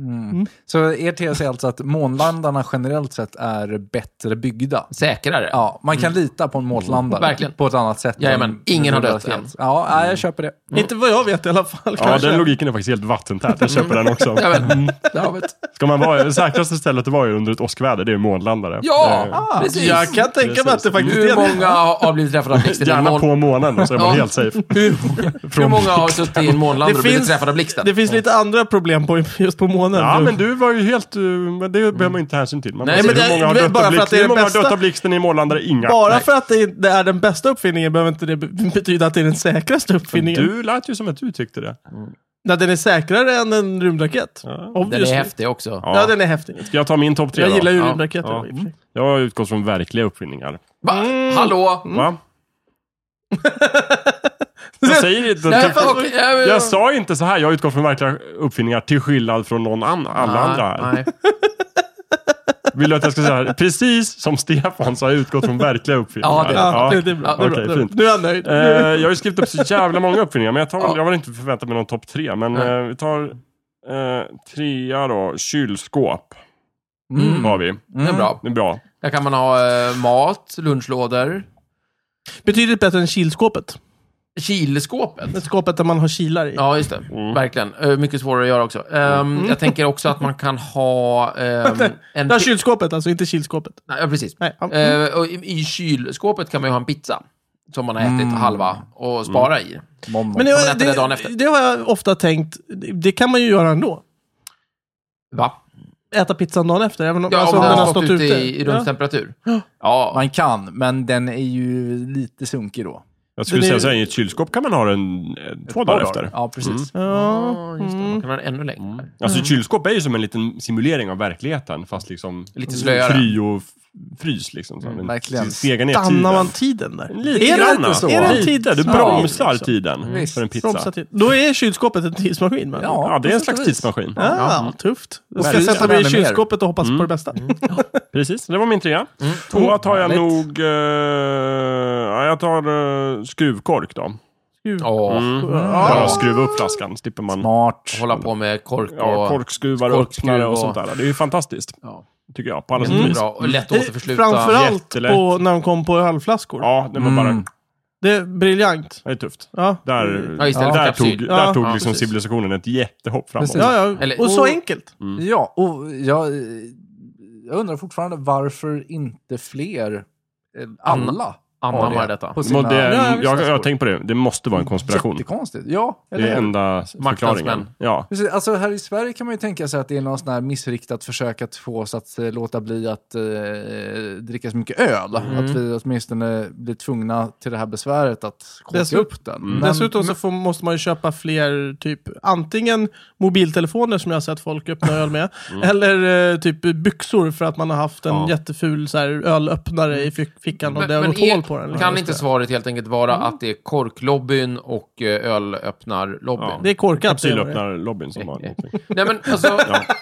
Så er tes är alltså att månlandarna generellt sett är bättre byggda? Säkrare. Ja, man kan lita på en månlandare Verkligen. på ett annat sätt. Jajamän, än- ingen har dött raket. än. Ja, nej, jag köper det. Inte vad jag vet i alla fall. Ja, kanske. den logiken är faktiskt helt vattentät. Jag köper den också. Ja, men, det har vi ett. Ska man vara, det säkraste stället att vara i under ett åskväder, det är målandare. Ja, Eh, precis. Jag kan tänka mig att det faktiskt är Hur det. många har blivit träffade av blixten? i en Gärna mån- på månen, så är man Ja. helt safe. Hur, hur många har suttit i en månlandare Det och blivit finns- träffade av blixten? Det finns lite andra problem på, just på månen. Ja, Du- men du var ju helt... uh, Men det behöver man inte hänsyn till. Man Nej, bara men ser det- hur många har det är dött bara av för att det blixten. är Hur det många har bästa- dött av blixten i månlandare? Inga. Bara Nej. för att det, det är den bästa uppfinningen behöver inte det be- betyda att det är den säkraste uppfinningen. Du lät ju som att du tyckte det. Nej, den är säkrare än en rymdraket. Ja. Den Obviously. är häftig också. Ja. Ja, den är häftig. Ska jag ta min topp tre Jag då? gillar ju Ja. rymdraketer. Ja. i och för sig. Jag har utgått från verkliga uppfinningar. Va? Hallå? Va? Jag säger inte... Nej, Jag, okej, jag, jag sa inte så här. Jag har utgått från verkliga uppfinningar till skillnad från någon annan, alla Nej, andra här. nej. Vill du att jag ska säga här? Precis som Stefan så har jag utgått från verkliga uppfinningar. Ja, det- Ja, det, det är bra. Det är Okej, bra. fint. Nu är jag nöjd. Eh, jag har ju skrivit upp så jävla många uppfinningar, men jag, tar, Ja. jag vill inte förvänta mig någon topp tre. Men Nej. eh, vi tar eh, trea då. Kylskåp Mm. har vi. Det är bra. Det är bra. Där kan man ha eh, mat, lunchlådor, Betydligt bättre än kilskåpet. kilskåpet. Ett skåpet där man har kilar i. Ja, just det. Mm. Verkligen. Eh, mycket svårare att göra också. Ehm, Jag tänker också att man kan ha ehm, en... Ja, pi- kylskåpet alltså, inte kilskåpet. Nej, ja, precis. Nej. Ja. Eh, och i, I kylskåpet kan man ju ha en pizza som man har ätit Mm. halva och spara i. Mom, mom. Men man det, äter det dagen det, efter. det har jag ofta tänkt, det kan man ju göra ändå. Va? Äta pizzan dagen efter, även om, Ja, alltså, om om den den har stått ute i, i Ja. rumstemperatur. Ja. Man kan, men den är ju lite sunkig då. Jag skulle Den säga är- så här, i ett kylskåp kan man ha den eh, två dagar efter. Ja, precis. Ja, Ja, just det. Man kan ha den ännu längre. Alltså ett kylskåp är ju som en liten simulering av verkligheten, fast liksom Lite slöare. fry och f- frys liksom. Så Mm, den verkligen. Stegar ner stannar tiden. man tiden där? Lite är grann. det, så? är det en Lite, tid? du bromsar liksom. tiden Visst. för en pizza. Bromsar tid. Då är kylskåpet en tidsmaskin. Men. Ja. Ja, det är en på sätt slags och vis. tidsmaskin. Ah, tufft. Jag ska Verkligen. sätta mig i Ännu mer. kylskåpet och hoppas på det bästa. Precis, det var min trea. Tvåa tar jag Härligt. nog... eh, ja, jag tar uh, skruvkork då. Åh, Mm. Ja. Bara skruva upp flaskan, slipper man Smart. hålla på med kork och... ja, korkskruvar och korkskruv öppnare och och- sånt där. Det är ju fantastiskt, Ja. tycker jag. På alla Mm. sätt och vis. Bra. Och lätt att återförsluta. Framförallt Jättelätt. på, när de kom på ölflaskor. Ja, det var bara... Mm. Det är briljant. Det är tufft. Ja. Där, Ja, istället där för kapsyl. tog, Ja. där tog Ja, liksom precis. civilisationen ett jättehopp framåt. Precis. Ja, ja. Eller- och så och- enkelt. Ja, och jag, jag undrar fortfarande varför inte fler, eh, alla, Anammar har detta. på Det, sina... må- det, Ja, jag, visst, jag, det är har tänkt på det. Det måste vara en konspiration. Jättekonstigt. Ja, Det eller är hur? enda förklaringen. Ja. Precis, alltså här i Sverige kan man ju tänka sig att det är någon sån här missriktat försök att få oss att eh, låta bli att eh, dricka så mycket öl. Mm. Att vi åtminstone blir tvungna till det här besväret att korka Dessut- upp den. Mm. Men- Dessutom så får, måste man ju köpa fler, typ antingen mobiltelefoner som jag har sett folk öppna öl med, eller eh, typ byxor för att man har haft en Ja. jätteful så här, ölöppnare i fick- fickan och det har gått är- hål på den. kan Just inte det. svaret helt enkelt vara att det är korklobbyn och eh, ölöppnarlobbyn? Ja. Det är korkat. det är det. Kapsylöppnarlobbyn som var någonting. Nej men alltså...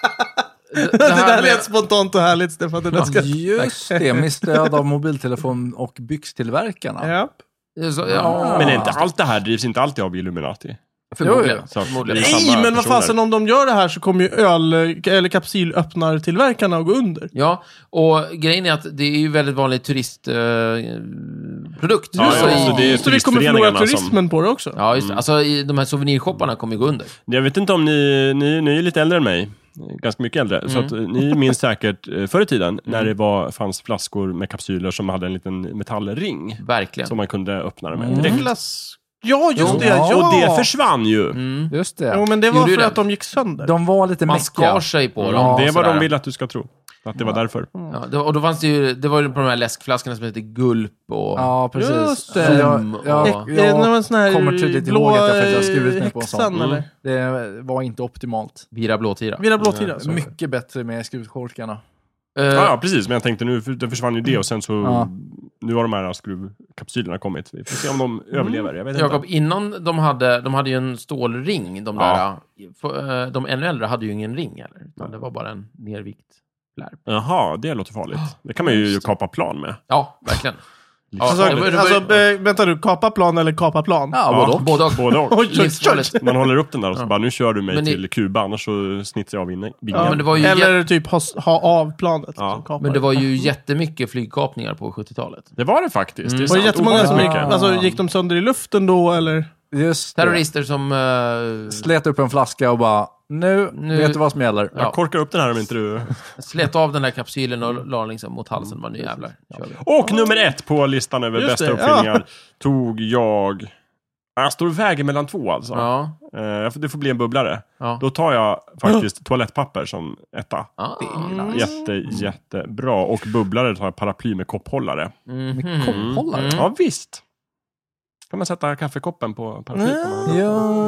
det, det Det här där med, lät spontant och härligt, Stefan. Det där ska... Just det, med stöd av mobiltelefon och byxtillverkarna. Ja. så, ja, Men är inte allt det här drivs inte alltid av Illuminati? förmodligen. Så att förmodligen. det är Nej, samma men vad personer. fasen, om de gör det här så kommer ju öl eller kapsylöppnartillverkarna att gå under. Ja, och grejen är att det är ju väldigt vanlig turistprodukt. Eh, produkt. Ja, Alltså, ja, i- så det är Så vi kommer förlora turistföreningarna som- turismen på det också. Ja, just det. Alltså i, de här souvenirshopparna kommer ju gå under. Jag vet inte om ni, ni, ni är lite äldre än mig. Ganska mycket äldre. Så att eh, ni minns säkert eh, förr i tiden när det var, fanns flaskor med kapsyler som hade en liten metallring Verkligen. som man kunde öppna det med Mm. direkt. Flas- Ja, just Jo, det. ja. Ja. Och det försvann ju. Mm. Just det. Jo, men det var Gjorde för det? att de gick sönder. De var lite Man mäckiga. skar sig på dem. Ja, det är och vad de sådär. vill att du ska tro. Att det var därför. Ja, det, och då fanns det ju, det var ju på de här läskflaskorna som heter Gulp och... Ja, precis. Just det. Så Jag, Mm, jag, och- Är det jag någon sån här kommer tydligt blå ihåg att jag faktiskt har skrivit mig på en häxan, sån. eller? Det var inte optimalt. Vira blåtira. Vira blåtira. Ja, Mycket bättre med skruvkorkarna. Eh, Ja, ja, precis. Men jag tänkte nu, för det försvann ju det och sen så... Ja. Nu har de här skruvkapsylerna kommit. Vi får se om de överlever. Jag vet inte. Jakob, innan de hade, de hade ju en stålring, de där, Ja. för, eh, de ännu äldre hade ju ingen ring heller, utan det var bara en nervikt flärp. Jaha, det låter farligt. Det kan man ju kapa plan med. Ja, verkligen. Ja, Alltså, det var- det var- alltså äh, vänta du, kapa plan eller kapa plan? Ja, Ja. både och. Både och. Både och. Oj, oj, oj. Livsfarligt. Man håller upp den där och så Ja. bara, nu kör du mig Men ni- till Kuba, annars så snittar jag av vingen. Ja, men det var ju eller typ ha, ha av planet. Ja. som kapar. Men det var ju jättemycket flygkapningar på sjuttiotalet. Det var det faktiskt. Mm. Det är Var det sant. jättemånga som gick, Ah. alltså, gick de sönder i luften då eller? Just det. Terrorister som... eh, Slet upp en flaska och bara, nu, Nu- vet du vad som gäller. Ja. Jag korkar upp den här om inte du... slet av den där kapsylen och la liksom mot halsen. Bara, nu jävlar, kör vi. Och nummer ett på listan över Just bästa det, uppfinningar tog jag... Jag står och väger mellan två alltså. Ja, Eh, det får bli en bubblare. ja. Då tar jag faktiskt toalettpapper som etta. ja. Jätte, jättebra. Och bubblare tar jag paraply med kopphållare. Mhm. Med kopphållare? Mm. Ja, visst. Kan man sätta kaffekoppen på paraplyt? kan man-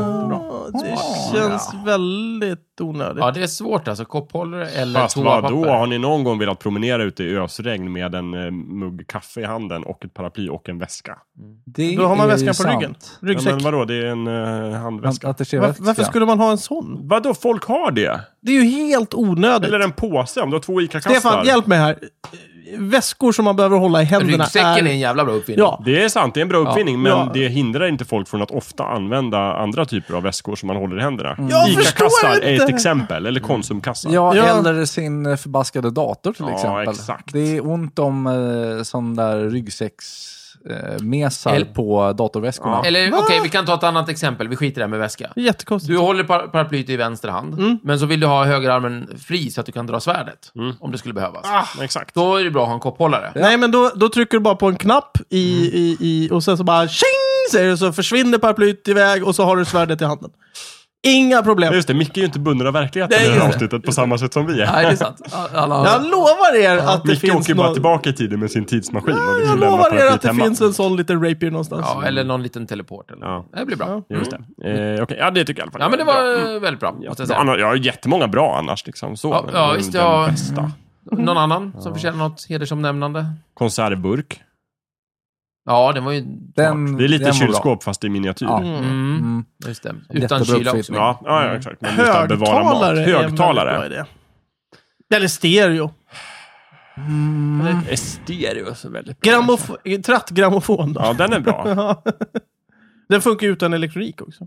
Ja, det känns väldigt onödigt. Ja, det är svårt alltså. Kopphållare eller Fast vadå? toapapper. Har ni någon gång velat promenera ute i ösregn med en eh, mugg kaffe i handen och ett paraply och en väska? Det Då har man är väskan ju på sant. ryggen. Ja, Ryggsäck. men vadå? Det är en uh, handväska. Att, att det Var, varför skulle man ha en sån? Vadå? Folk har det. Det är ju helt onödigt. Eller en påse om du har två ICA-kastar. Stefan, hjälp mig här. Väskor som man behöver hålla i händerna Ryggsäcken är är... en jävla bra uppfinning. Ja. Det är sant, det är en bra uppfinning, Ja. men Ja. det hindrar inte folk från att ofta använda andra typer av väskor som man håller i händerna. Jag ICA-kassar förstår är inte. ett exempel, eller Konsumkassar. Ja, Ja. eller sin eh, förbaskade dator till Ja, exempel. exakt. Det är ont om eh, sån där ryggsäcksmesar eh, mesar Eller- på datorväskorna. Ja. Eller okej, vi kan ta ett annat exempel. Vi skiter i det här med väska. Jättekonstigt. Du håller par- paraplyet i vänster hand, Mm. men så vill du ha högerarmen fri så att du kan dra svärdet. Mm. Om det skulle behövas. Ah, exakt. Då är det bra att ha en kopphållare. Nej, men då, då trycker du bara på en knapp i, Mm. i, i, och sen så bara tjing, säger det, så försvinner paraplyet iväg och så har du svärdet i handen. Inga problem. Just det, Micke är ju inte bunden av verkligheten Nej, i det här just det. avsnittet på samma sätt som vi är. Nej, det är sant. Alla... Jag lovar er att det Micke finns åker bara någon... tillbaka i tiden med sin tidsmaskin. och Ja, liksom jag lämnar lovar er att paraplyet det hemma. finns en sån liten rapier någonstans. Ja, eller någon liten teleport. Eller. Ja. Det blir bra. Ja. Just det. Eh, Okej, ja det tycker jag i alla fall. Ja, men det bra. var eh, väldigt bra. Ja, Måste jag bra. säga. Annars- Jag har jättemånga bra annars. Liksom, så. Ja, Men ja, det är visst, den ja. bästa. Någon annan som förtjänar något hedersomnämnande? Konservburk. Ja, den var ju... Den, Det är lite den var bra. kylskåp fast i miniatyr. Ja. Ja, Mm, Mm. just det. Utan Jättebra kyla också. uppfinning. ja, ja exakt. Men just att bevara mat. Högtalare är en väldigt bra Högtalare. idé. Eller stereo. Mm. Är stereo så väldigt bra. Grammofon, trattgrammofon då. Ja, den är bra. Den funkar ju utan elektronik också.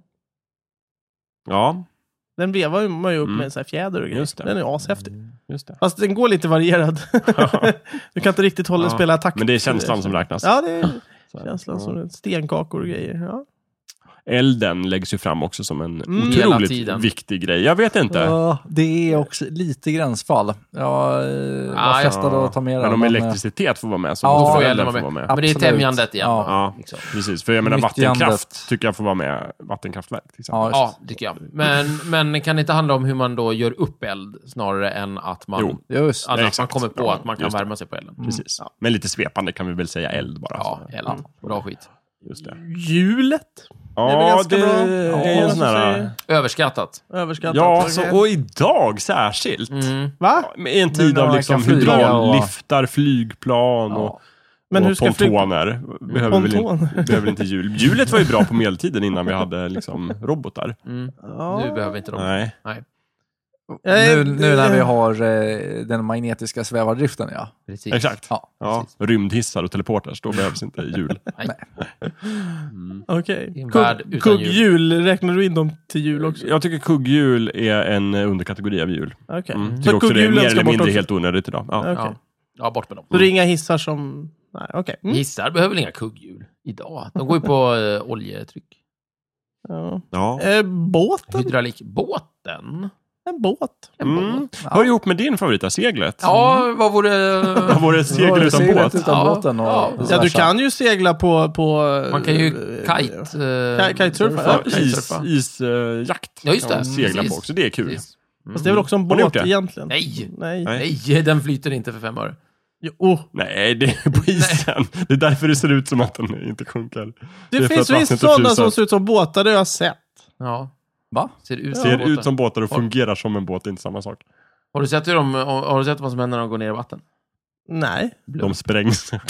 Ja, Den vevar ju man ju upp Mm. med en sån här fjäder och grejer. Just det. Den är ashäftig. just det. Fast den går lite varierad. Du kan inte riktigt hålla Ja. spela takt. Men det är känslan som räknas. Ja, det är Så här. känslan Ja. som stenkakor och grejer. Ja. Elden läggs ju fram också som en Mm. Hela otroligt tiden. viktig grej. Jag vet inte. Ja, det är också lite gränsfall. Jag eh, var ja. frestad att ta med Men den. om eh, elektricitet får vara med så Ja, måste Då får elden elden få vara vara med. med. Men det är Absolut. tämjandet igen. Ja. Ja, Liksom. precis. För jag menar Nyttjandet. vattenkraft tycker jag får vara med. Vattenkraftverk till exempel. Ja, Ja, tycker jag. Men, men kan det inte handla om hur man då gör upp eld snarare än att man, Jo. just att det. man exakt. kommer på Ja, att man kan just det. värma sig på elden? Precis. Men lite svepande kan vi väl säga eld bara. Ja, så. eld. Bra skit. Just det. Hjulet. är väl Ja, ganska det bra. är Ja, en sån så här... säger- Överskattat. Överskattat. Ja, Okej. så, och idag särskilt. Mm. Va? I en Nu tid när av man liksom kan flyga hydraulliftar, flygplan och, Ja. Men och hur ska flyg- pontoner. Behöver väl, Ponton. inte, behöver inte hjul. Hjulet var ju bra på medeltiden innan vi hade liksom robotar. Mm. Ja. Nu behöver vi inte dem. Nej. Nej, Nu, nu när vi har eh, den magnetiska svävardriften, ja. precis. Exakt. Ja. Ja, rymdhissar och teleporters, då behövs inte hjul. Nej. Okej. I en värld Kugg- utan Kugghjul, räknar du in dem till hjul också? Jag tycker kugghjul är en underkategori av hjul. Okej. Mm. Så Tycker också det är kugghjulen mer ska eller bort mindre också? helt onödigt idag. Ja. Okej. Ja. ja, bort med dem. Så det är inga hissar som... Nej, okej. Mm. Hissar behöver väl inga kugghjul idag? De går ju på äh, oljetryck. Ja. Ja. Eh, båten? Hydraulik. Båten? En båt. En Mm. båt? Vad har du gjort med din favorita? Seglet? Ja, vad vore... Vad var det? Var Segel det utan seglet båt? utan Ja. båten och Ja. vice Ja, du versa. kan ju segla på... på Man kan ju eh, kite... eh, Ki- kitesurfa, ja, ja, precis. Is, kitesurfa. isjakt. Ja, just kan man det. segla Precis. på också. Det är kul. Precis. Mm. Fast det är väl också en Har ni gjort båt det? egentligen? Nej. Nej. Nej. Nej, den flyter inte för fem öre. Jo, oh. Nej, det är på isen. Det är därför det ser ut som att den inte sjunker. Det, är för finns att visst vattnet är sådana frusat. som ser ut som båtar, det har jag sett. Ja. Va? Ser ut som Ser båtar. ut som båtar och Har- fungerar som en båt, det är inte samma sak. Har du sett hur de, har har du sett vad som händer när de går ner i vatten? Nej. De sprängs. det...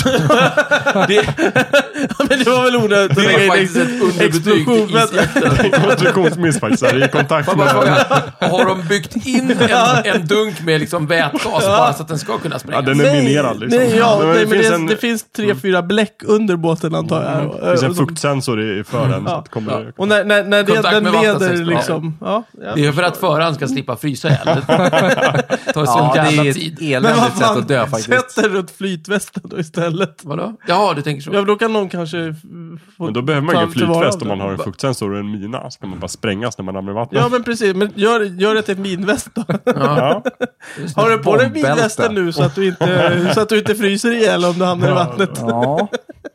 Men det var väl onödigt. Det är faktiskt ett underbetyg Explosion, till men- isjakten. Konstruktionsmiss faktiskt. Här, i kontakt Får bara med... fråga, har de byggt in en, en dunk med liksom vätgas bara så att den ska kunna Ja, sprängas? den är minerad liksom. Nej, ja, Men nej, det men finns det, en- det finns tre, fyra bläck under båten antar jag. Det finns en Och så- fuktsensor i fören. Så att det kommer... Och när, när, när det, Kontakt den med leder vattensällskap. liksom... Ja, ja. Det är för att föraren ska slippa frysa ihjäl. Det tar sån Ja, det jävla är ett tid. Men eländigt vad sätt att dö fan, faktiskt. sätt den runt flytvästen då istället. Vadå? Ja, du tänker så. Ja, men då kan någon kanske f- få Men då behöver man ta ingen tillvara flytväst av om man den. har en fuktsensor och en mina. Så kan man bara sprängas när man ramlar i vattnet. Ja, men precis. Men gör, gör det till en minväst då. Ja. Just det. Har du på dig Bombbälte. minvästen nu så att, du inte, så att du inte fryser ihjäl om du hamnar i vattnet? Ja.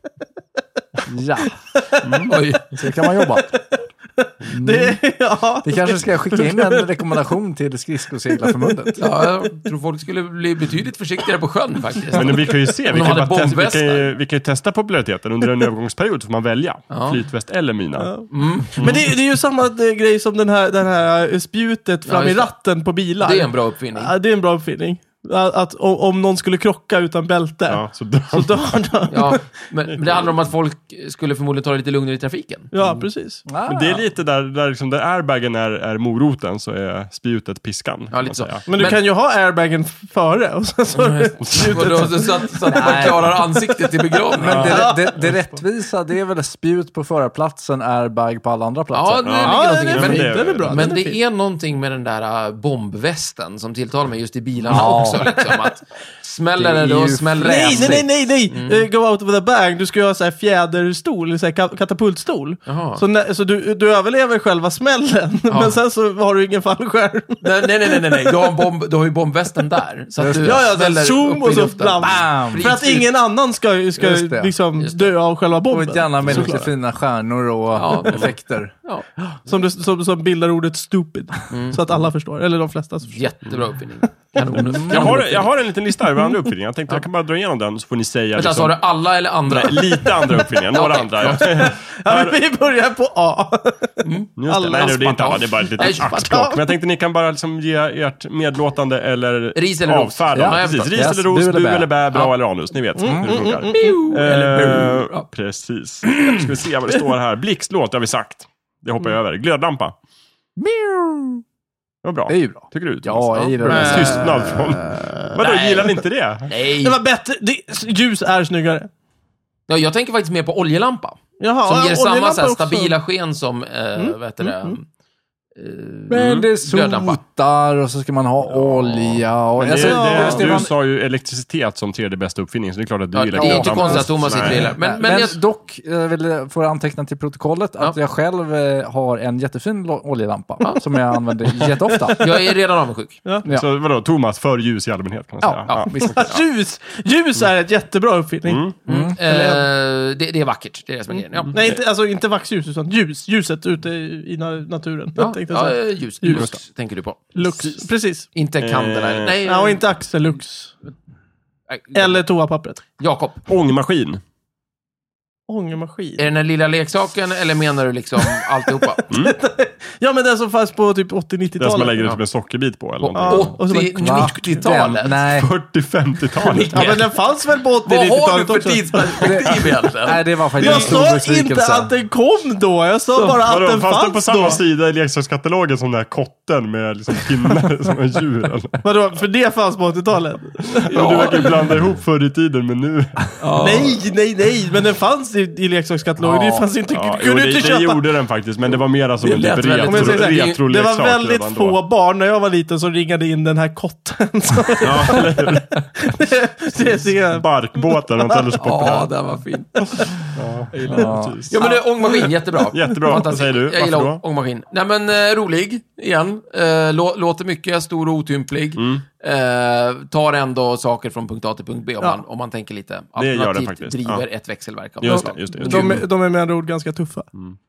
Ja, Oj. så kan man jobba. Det, ja. Vi kanske ska skicka in en rekommendation till Skridskoseglarförbundet. Ja, jag tror folk skulle bli betydligt försiktigare på sjön faktiskt. Men vi kan ju se, vi de kan, hade bara testa, vi, bombvästar. kan ju, vi kan ju testa populariteten. Under en övergångsperiod får man välja. Ja. Flytväst eller mina. Ja. Mm. Men det, det är ju samma eh, grej som den här, den här eh, spjutet fram Ja, i just det. ratten på bilar. Det är en bra uppfinning. Ja, det är en bra uppfinning. Att, att om, om någon skulle krocka utan bälte, Ja, så dör så dör de. Ja, men, men det handlar om att folk skulle förmodligen ta det lite lugnare i trafiken. Ja, precis. Men det är lite där, där, liksom, där airbagen är, är moroten så är spjutet piskan. kan Ja, lite man så. säga. Men du Men- kan ju ha airbagen f- före och sen så... Och då, så, så att, så att man Nej. klarar ansiktet i begravningen. Men det, det, det rättvisa, det är väl spjut på förarplatsen, airbag på alla andra Ja, platser. det Ja, ligger den är någonting i fin, det. det- den är bra. Men den är det fin. är någonting med den där äh, bombvästen som tilltalar mig just i bilarna Ja. också. Liksom, att smäller Det det, är då ju smäller Nej, det. nej, nej, nej, Mm. nej! Eh, go out with a bang. Du ska ju ha så här fjäderstol, så här ka- katapultstol. Jaha. Så, nä- så du, du överlever själva smällen, Ja. men sen så har du ingen fallskärm. Nej, nej, nej, nej, nej. Du har, en bomb, du har ju bombvästen där. Så att Just du det. Ja, ja, smäller så zoom upp och i så luften. blam. Bam! För att ingen annan ska, ska Just det. liksom Just det. dö av själva bomben. Och gärna med lite Såklart. fina stjärnor och Ja. effekter. Ja. Som, det, som, som bildar ordet stupid. Mm. Så att alla förstår. Eller de flesta förstår. Jättebra uppfinning. Kanon. Jag har, jag har en liten lista över andra uppfinningar. Jag tänkte jag kan bara dra igenom den så får ni säga... Vänta, liksom, sa du alla eller andra? nej, lite andra uppfinningar, några Okej, andra. Ja, vi börjar på A. Just det, Alla nej, det är inte alla, det är bara ett Nej, litet spartan. axplock. Men jag tänkte ni kan bara liksom ge ert medlåtande eller Ris eller ros. avfärda. Ja, Precis, ris yes, eller ros, bu bu eller bä. eller bä, bra Ja. eller anus. Ni vet hur det funkar. Eller Eh, bu. Ja. precis. Nu ska vi se vad det står här. Blixtlåt, det har vi sagt. Det hoppar jag över. Glödlampa. Det var bra. Det är ju bra. Tycker du? Ja, jag gillar det. Tystnad från... Vadå, Nej. gillar ni inte det? Nej. Det var bättre. Det, ljus är snyggare. Ja, jag tänker faktiskt mer på oljelampa. Jaha, Som ja, ger samma oljelampa så här, också. stabila sken som, eh, Mm, vad heter det? mm, mm. Eh, Men det glödlampa. sotar och så ska man ha olja. Och, Men alltså, det, det, det, Stefan, du sa ju elektricitet som tredje bästa uppfinning, så det är klart att du Ja, gillar det är inte glödlampa. konstigt att Thomas sitter och Nej. gillar. Men, men men jag, dock, jag vill få anteckna till protokollet att Ja. jag själv eh, har en jättefin lo- oljelampa som jag använder jätteofta. jag är redan avundsjuk. Ja. Så vadå, Thomas, för ljus i allmänhet kan man säga. Ja, ja, visst. Ljus! Ljus är ett jättebra uppfinning. Mm. Mm. Eh, det, det är vackert, det är det som är grejen. Ja, Nej, inte, alltså inte vaxljus, utan ljus. Ljuset ute i, i na- naturen. ja, tänkte jag ja, säga. ljus. Ljus. Lux tänker du på. Lux. Precis. Inte kandela. Eh, Nej, Ja, och inte Axelux. nej, Eller toapappret. Jakob, Ångmaskin. Ångmaskin. är det den här lilla leksaken eller menar du liksom alltihopa? Ja, men den som fanns på typ Den som man åttio-nittiotalet. lägger ut Ja. som en sockerbit på eller På någonting. och så bara- åttio-nittiotalet? Den- Nej, fyrtio-femtiotalet. Ja, men den fanns väl på Vad har du åttio-nittiotalet för också. tidsperspektiv egentligen? nej, det var faktiskt en Jag stor sa besvikelse. inte att den kom då, jag sa bara att Vadå, den fanns den på fanns samma då. sida i leksakskatalogen som den här kotten med liksom pinnar som en djur? Eller? Vadå, för det fanns på åttio-talet? Men du verkar ju blanda ihop förr i tiden med nu. Nej, nej, nej, men den fanns i, i leksakskatalogen. Ja. Det fanns inte, Ja, jo, kunde det, inte det köpa. gjorde den faktiskt, men det var mera som Det en lät typ väldigt- Om jag retro, säger så här, det retroleksak var väldigt redan då. få barn när jag var liten som ringade in den här kotten. Så Ja, eller hur? det ser jag. Barkbåtar var inte heller så Ja, populärt. det var fint. Ja. Ja, men det är ångmaskin, jättebra. Jättebra, vad säger du? Jag gillar Varför ång- ångmaskin. Nej, men eh, rolig, igen. Eh, lå- låter mycket, stor och otymplig. Mm. Eh, tar ändå saker från punkt A till punkt B om, Ja. man, om man tänker lite. Det gör den Alternativt faktiskt, driver ja. ett växelverk av Just något det, just det. slag. De, är- de är med andra ord ganska tuffa.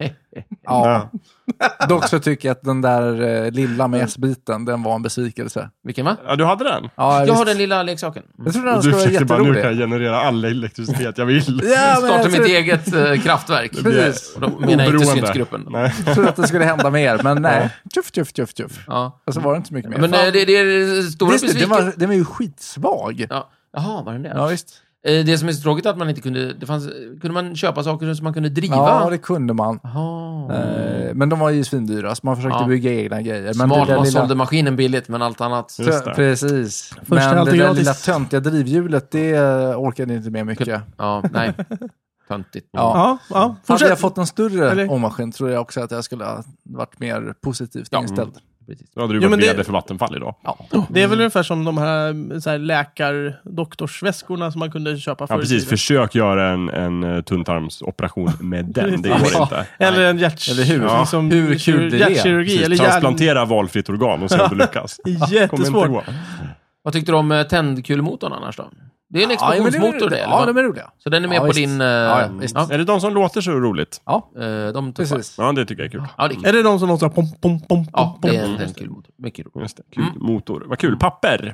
Ja. Dock så tycker jag att den där eh, lilla med S-biten, den var en besvikelse. Vilken va? Ja, du hade den? Ja, Jag visst. har den lilla leksaken. Jag trodde den Och skulle du vara försökte bara, nu kan jag jätterolig. generera all elektricitet jag vill. Ja, men jag Starta mitt trodde, eget eh, kraftverk. Precis. Och då menar jag inte Oberoende. syntgruppen. Nej. jag trodde att det skulle hända mer, men nej. Tuff, tuff, tuff, tuff. Ja. Och så var det inte så mycket mer. Men Fan. eh, det, det är stora Visst, den, besvikelser. var, den var ju skitsvag. Ja. Jaha, var den det? Ja, visst. Eh, Det som är så tråkigt är att man inte kunde... Det fanns, kunde man köpa saker som man kunde driva? Ja, det kunde man. Jaha. Eh, Men de var ju svindyra, så man försökte Ja. bygga egna grejer. Men Smart, det där man lilla... sålde maskinen billigt, men allt annat... Just det. Precis. Första Men det alltid där gratis. lilla töntiga drivhjulet, det orkade inte med mycket. Ja, nej. Töntigt. Ja. Ja, ja. Hade Fortsätt. jag fått en större Eller- ångmaskin tror jag också att jag skulle ha varit mer positivt Ja. inställd. Precis. Då hade du Jo, varit men det- vd för Vattenfall idag. Ja. Det är väl ungefär som de här, så här läkar-doktorsväskorna som man kunde köpa förr Ja, i precis. tiden. Försök göra en, en eh, tunntarmsoperation med den. Det går Ja. inte. Eller en hjärt... Eller hur? Ja. Liksom, Hur kul det är. hjärtkirurgi. Precis, Eller hjärn... transplantera valfritt organ och se om du lyckas. Kommer inte Jättesvårt. gå. Vad tyckte du om eh, tändkulmotorn annars då? Det är en Ja, men det är- explosionsmotor det, eller? Ja, vad? de är roliga. Så den är med Ja, på visst. din... eh, Ja, ja, visst. ja, Är det de som låter så roligt? Ja, eh, de tuffa. precis. Ja, det tycker jag är kul. Ja, det är kul. Är det de som låter pom, pom, pom, Ja, pom, det är pom? en, det är en kul motor. Mycket roligt. Just det. Kul Mm. motor. Vad kul. Papper.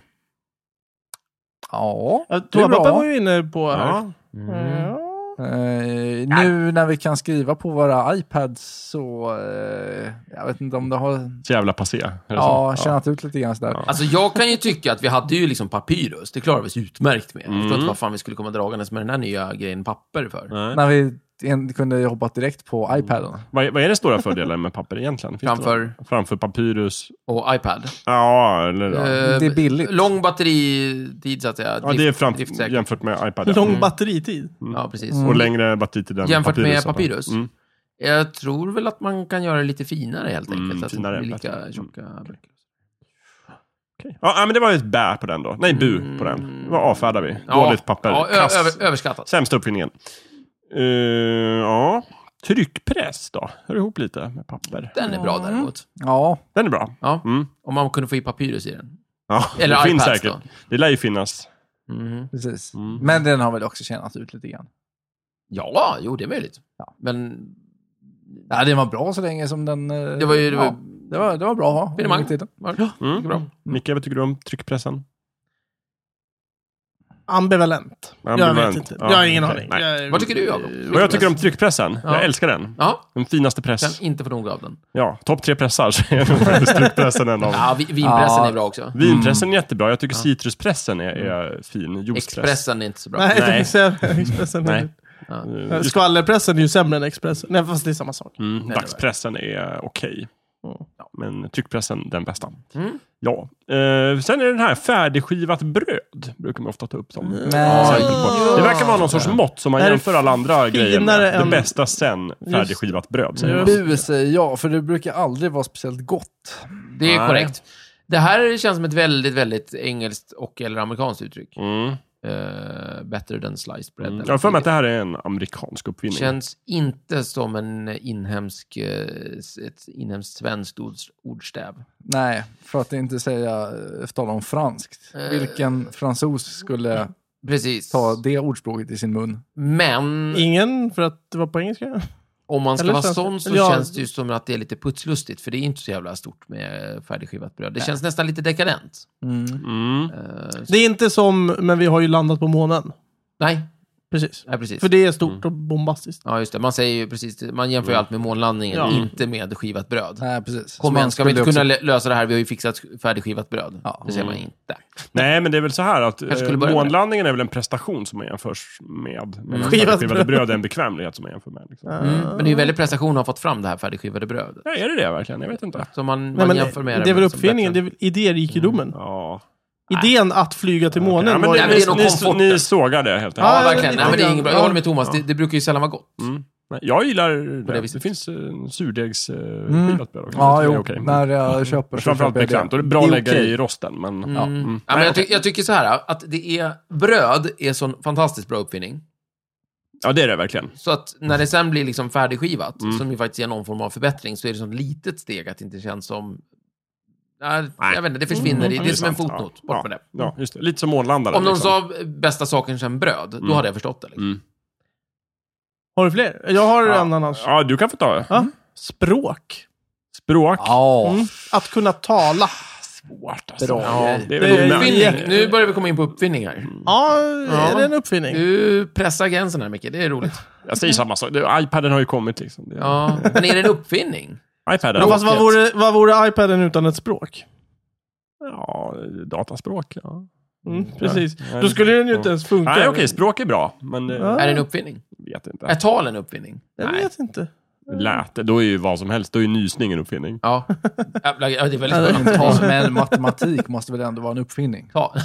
Ja, Ja, det är Toapapper bra. var ju inne på här. Ja. Ja. Eh, nu när vi kan skriva på våra iPads så... Eh, jag vet inte om det har Så jävla passé. Är det ja, så? tjänat ut lite grann sådär. Ja. Alltså jag kan ju tycka att vi hade ju liksom papyrus. Det klarar vi oss utmärkt med. Jag förstår Mm. inte vad fan vi skulle komma dragandes med den här nya grejen papper för. Nej. När vi en, kunde hoppa direkt på iPaden. Vad, är- vad är den stora fördelen med papper egentligen? Finns Framför- det någon? Framför papyrus? Och iPad. Ja, eller... Ja, Eh, Det är billigt. Lång batteritid så att säga. ja det är fram, driftsäkert. jämfört med iPad. Ja. Lång batteritid. Ja, precis. Mm. Och längre batteritid än Jämfört med papyrus. papyrus. Mm. Jag tror väl att man kan göra det lite finare helt enkelt. Mm, så att det finare, inte blir lika bättre. tjocka böcker. Okej. Ja, men det var ju ett bä på den då. Nej, bu på den. Det var avfärdar vi. Dåligt papper. Ja, ö- Kass. över, överskattat. Sämsta uppfinningen. Uh, ja. Tryckpress då? Hör ihop lite med papper. Den är bra däremot. Ja, Den är bra. Ja, Mm. om man kunde få i papyrus i den. Ja, Eller det finns iPads säkert. då. Det lär ju finnas. Mhm. precis. Mm. Men den har väl också tjänat ut lite grann. Ja, jo det är möjligt. Ja. Men... Ja, det var bra så länge som den... eh, Det var ju... Det var, ja, det, var, det var bra att ha. Finemang. Tiden. var, Mm. bra. Micke, vad tycker du om tryckpressen? Ambivalent. Jag Ambivalent. vet inte. Ja, jag har ingen okej. aning. Nej. Jag, Vad tycker du, Jakob? Vad jag tycker om tryckpressen? Ja. Jag älskar den. Ja, Den finaste kan press. inte få nog av den. Ja, topp tre pressar så är nog faktiskt tryckpressen en av dem. Ja, vi- vinpressen Ja. är bra också. Vinpressen är jättebra. Jag tycker citruspressen är, är fin. Juicepress. Expressen är inte så bra. Nej, jag Nej. tänkte säga Expressen. Nej. Ja. Eh, just- Skvallerpressen är ju sämre än Expressen. Nej, fast det är samma sak. Mm, dagspressen är okej. Mm. Ja, men tryckpressen, den bästa. Mm. Ja. Eh, sen är det den här färdigskivat bröd. Brukar man ofta ta upp som Men- exempel på. Det verkar vara någon sorts mått som man Är det jämför alla andra grejer med. finare Det än- bästa sen färdigskivat bröd. Säger man. Just. Bu säger jag, för det brukar aldrig vara speciellt gott. Det är Nej. korrekt. Det här känns som ett väldigt, väldigt engelskt och eller amerikanskt uttryck. Mm. Uh, better than sliced bread. Mm. eller Jag har för mig att något. det här är en amerikansk uppfinning. Känns inte som en inhemsk, eh, ett inhemskt svenskt ord, ordstäv. Nej, för att inte säga, eh, tala om franskt. Eh. Vilken fransos skulle Precis. ta det ordspråket i sin mun? Men Ingen, för att det var på engelska. om man ska Eller vara svenska. sån så Ja. känns det ju som att det är lite putslustigt. För det är inte så jävla stort med färdigskivat bröd. Det känns nästan lite dekadent. Mm. Mm. Eh, så- Det är inte som, men vi har ju landat på månen. nej, Precis. nej, precis. För det är stort och bombastiskt. Ja, just det. Man säger ju precis, man jämför ju allt med månlandningen, Ja. inte med skivat bröd. Nej, precis. Kom Så igen, man ska vi inte skulle kunna också- lö- lösa det här? Vi har ju fixat färdigskivat bröd. Ja. Det säger man inte. Nej, men det är väl så här att Kanske skulle eh, börja med det. månlandningen är väl en prestation som man jämförs med. Men Mm. Skivat skivat bröd. bröd är en bekvämlighet som man jämför med. Liksom. Mm. Men det är ju väldigt prestation att ha fått fram det här färdigskivade brödet. Ja, är det det verkligen? Jag vet inte. Så man, Nej, man men jämför med det är väl men som uppfinningen, det bättre. är väl idérikedomen. Ja. Idén att flyga till månen Ja, men var det, ju... men det är nog ni, komforten. ni, ni sågar det helt Ja, enkelt. verkligen. Nej, men det är inget bra. Jag håller med Thomas. Det, det brukar ju sällan vara gott. Mm. Nej, jag gillar det det. Det, viset. finns uh, surdegs uh, Mm. skivat bröd också. Ja, Det jo. är okej. När jag köper så Framförallt köper jag bekvämt. Och det är bra Det att är lägga okej. i rosten. Men, Mm. ja. Ja, Mm. men Nej, jag, ty- okej. jag tycker så här, att det är bröd är sån fantastiskt bra uppfinning. Ja, det är det verkligen. Så att när det sen blir liksom färdigskivat, Mm. som ju faktiskt är någon form av förbättring, så är det sånt litet steg att det inte känns som... Nej, jag vet inte, det försvinner i. Ja, Det är som en sant. fotnot. Ja. Bort med det. Ja, just det. Lite som månlandaren. Om någon liksom. sa bästa saken sen bröd, då Mm. hade jag förstått det. Liksom. Mm. Har du fler? Jag har Ja. en annars. Ja, du kan få ta. Ja. Språk. Språk. Ja, Mm. Att kunna tala. Svårt alltså. Bra. Ja, det är Det väl är- många. Uppfinning. Nu börjar vi komma in på uppfinningar. Ja, Ja. är det en uppfinning? Du pressar gränsen här, Micke. Det är roligt. Jag säger samma sak. Det- iPaden har ju kommit liksom. Det, Ja, men är det en uppfinning? iPaden. Ja, fast vad vore, vad vore iPaden utan ett språk? Ja, dataspråk, ja. Mm, precis. Ja. Då skulle den ju inte ens funka. Nej, okej, språk är bra, men det, Ja. Är det en uppfinning? vet inte. Är tal en uppfinning? Jag vet inte. Lät det, då är ju vad som helst, då är ju nysning en uppfinning. Ja. Jävlar, ja, det är väldigt skönt. ta med matematik måste väl ändå vara en uppfinning. Ta.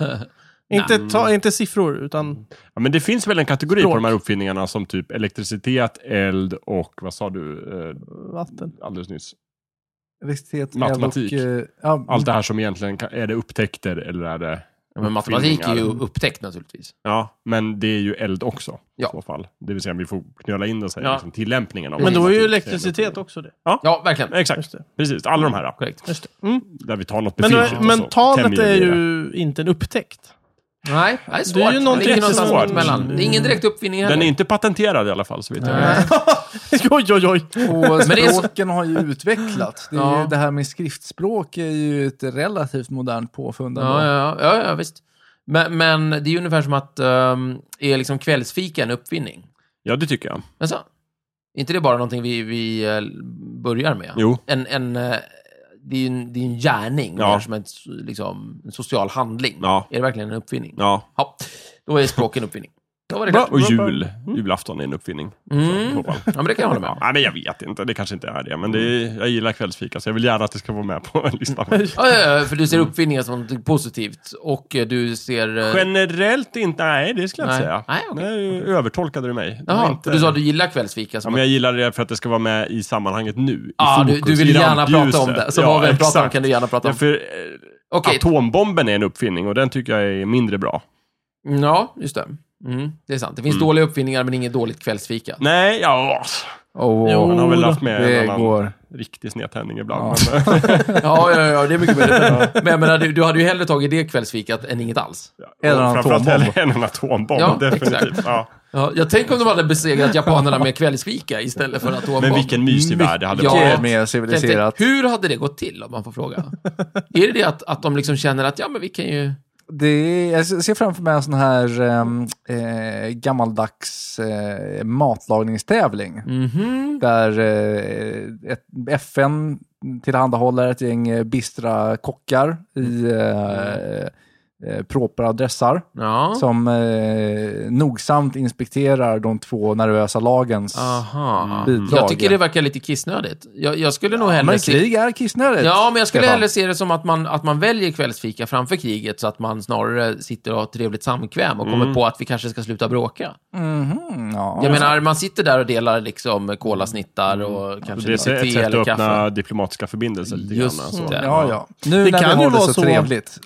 Inte, ta, inte siffror, utan... Ja, men det finns väl en kategori Språk. på de här uppfinningarna som typ elektricitet, eld och vad sa du eh, Vatten. alldeles nyss? Elektricitet, Matematik. eld och, eh, ja, Allt det här som egentligen, kan- är det upptäckter eller är det... Ja, men matematik är ju uppfinningar? upptäckt naturligtvis. Ja, men det är ju eld också Ja. i så fall. Det vill säga vi får knöla in det sig, Ja. liksom, tillämpningen av Men då är ju matematik. elektricitet också det. Ja, verkligen. Exakt, Just det. precis. Alla de här. Korrekt. Just det. Mm. Där vi tar något Men, befintligt och men så talet tämjer är vi det. ju inte en upptäckt. Nej, det är svårt. Det är ju någonting ligger någonstans svårt. mittemellan. Det är ingen direkt uppfinning heller. Den är inte patenterad i alla fall, så vitt jag vet. Nej. oj, oj, oj. Och Men det är så- språken har ju utvecklats. Det, är Ja. ju, det här med skriftspråk är ju ett relativt modernt påfund. ändå. Ja, ja, ja, ja, visst. Men, men det är ju ungefär som att um, är liksom kvällsfika en uppfinning. Ja, det tycker jag. Men så, är inte det bara någonting vi, vi eh, börjar med? Jo. En, en, eh, det är ju en, det är en gärning, Ja. mer som en, liksom, en social handling. Ja. Är det verkligen en uppfinning? Ja. Ja, då är språk en uppfinning. Då var det Bra. klart. Och jul. Julafton är en uppfinning. Mm. Så, i så fall. Ja, men det kan jag hålla med Ja, om. nej, men jag vet inte. Det kanske inte är det. Men det är, jag gillar kvällsfika, så jag vill gärna att det ska vara med på listan. Ja, ja, ja, för du ser uppfinningar som något positivt och eh, du ser... eh, Generellt inte. Nej, det skulle jag inte Nej. säga. Nej, okej. Nej, övertolkade du mig. Det var Jaha, inte... för du sa att du gillar kvällsfika. Ja, Som men jag gillar det för att det ska vara med i sammanhanget nu. I Ja, du, fokus, du vill i gärna prata om rampljuset. det. Så ja, vad vi än pratar om exakt. kan du gärna prata Ja, om. för, eh, Okej. atombomben är en uppfinning och den tycker jag är mindre bra. Ja, just det. Mm, det är sant. Det finns Mm. dåliga uppfinningar men inget dåligt kvällsfika. Nej, ja... Åh, Jo, Han har väl då. haft med en det annan går. riktig snedtändning ibland. Ja. Men, Ja, ja, ja, det är mycket möjligt. Men jag menar, du, du hade ju hellre tagit det kvällsfikat än inget alls. Eller en framförallt atombomb. hellre än en atombomb, Ja, definitivt. exakt. Ja. Ja, jag tänker om de hade besegrat japanerna med kvällsfika istället för atombomb. Men vilken mysig värld det hade Ja. Mycket varit. mer civiliserat. Tänkte, hur hade det gått till om man får fråga? Är det det att, att de liksom känner att ja, men vi kan ju... Det är, jag ser framför mig en sån här um, eh, gammaldags eh, matlagningstävling. Mhm. Där eh, ett F N tillhandahåller ett gäng eh, bistra kockar i eh, eh, propra dressar. Ja. Som eh, nogsamt inspekterar de två nervösa lagens Aha. bidrag. Jag tycker det verkar lite kissnödigt. Jag, jag skulle nog hellre Men se... krig är kissnödigt. Ja, men jag skulle Stefan. hellre se det som att man, att man väljer kvällsfika framför kriget så att man snarare sitter och har ett trevligt samkväm och kommer på att vi kanske ska sluta bråka. Mhm, ja. Jag menar, man sitter där och delar liksom kolasnittar och kanske Det är lite ett te sätt att eller öppna kaffe. diplomatiska förbindelser lite Just grann. Så. det. Ja, ja. Nu Det när kan vi ju har det vara så, så. trevligt.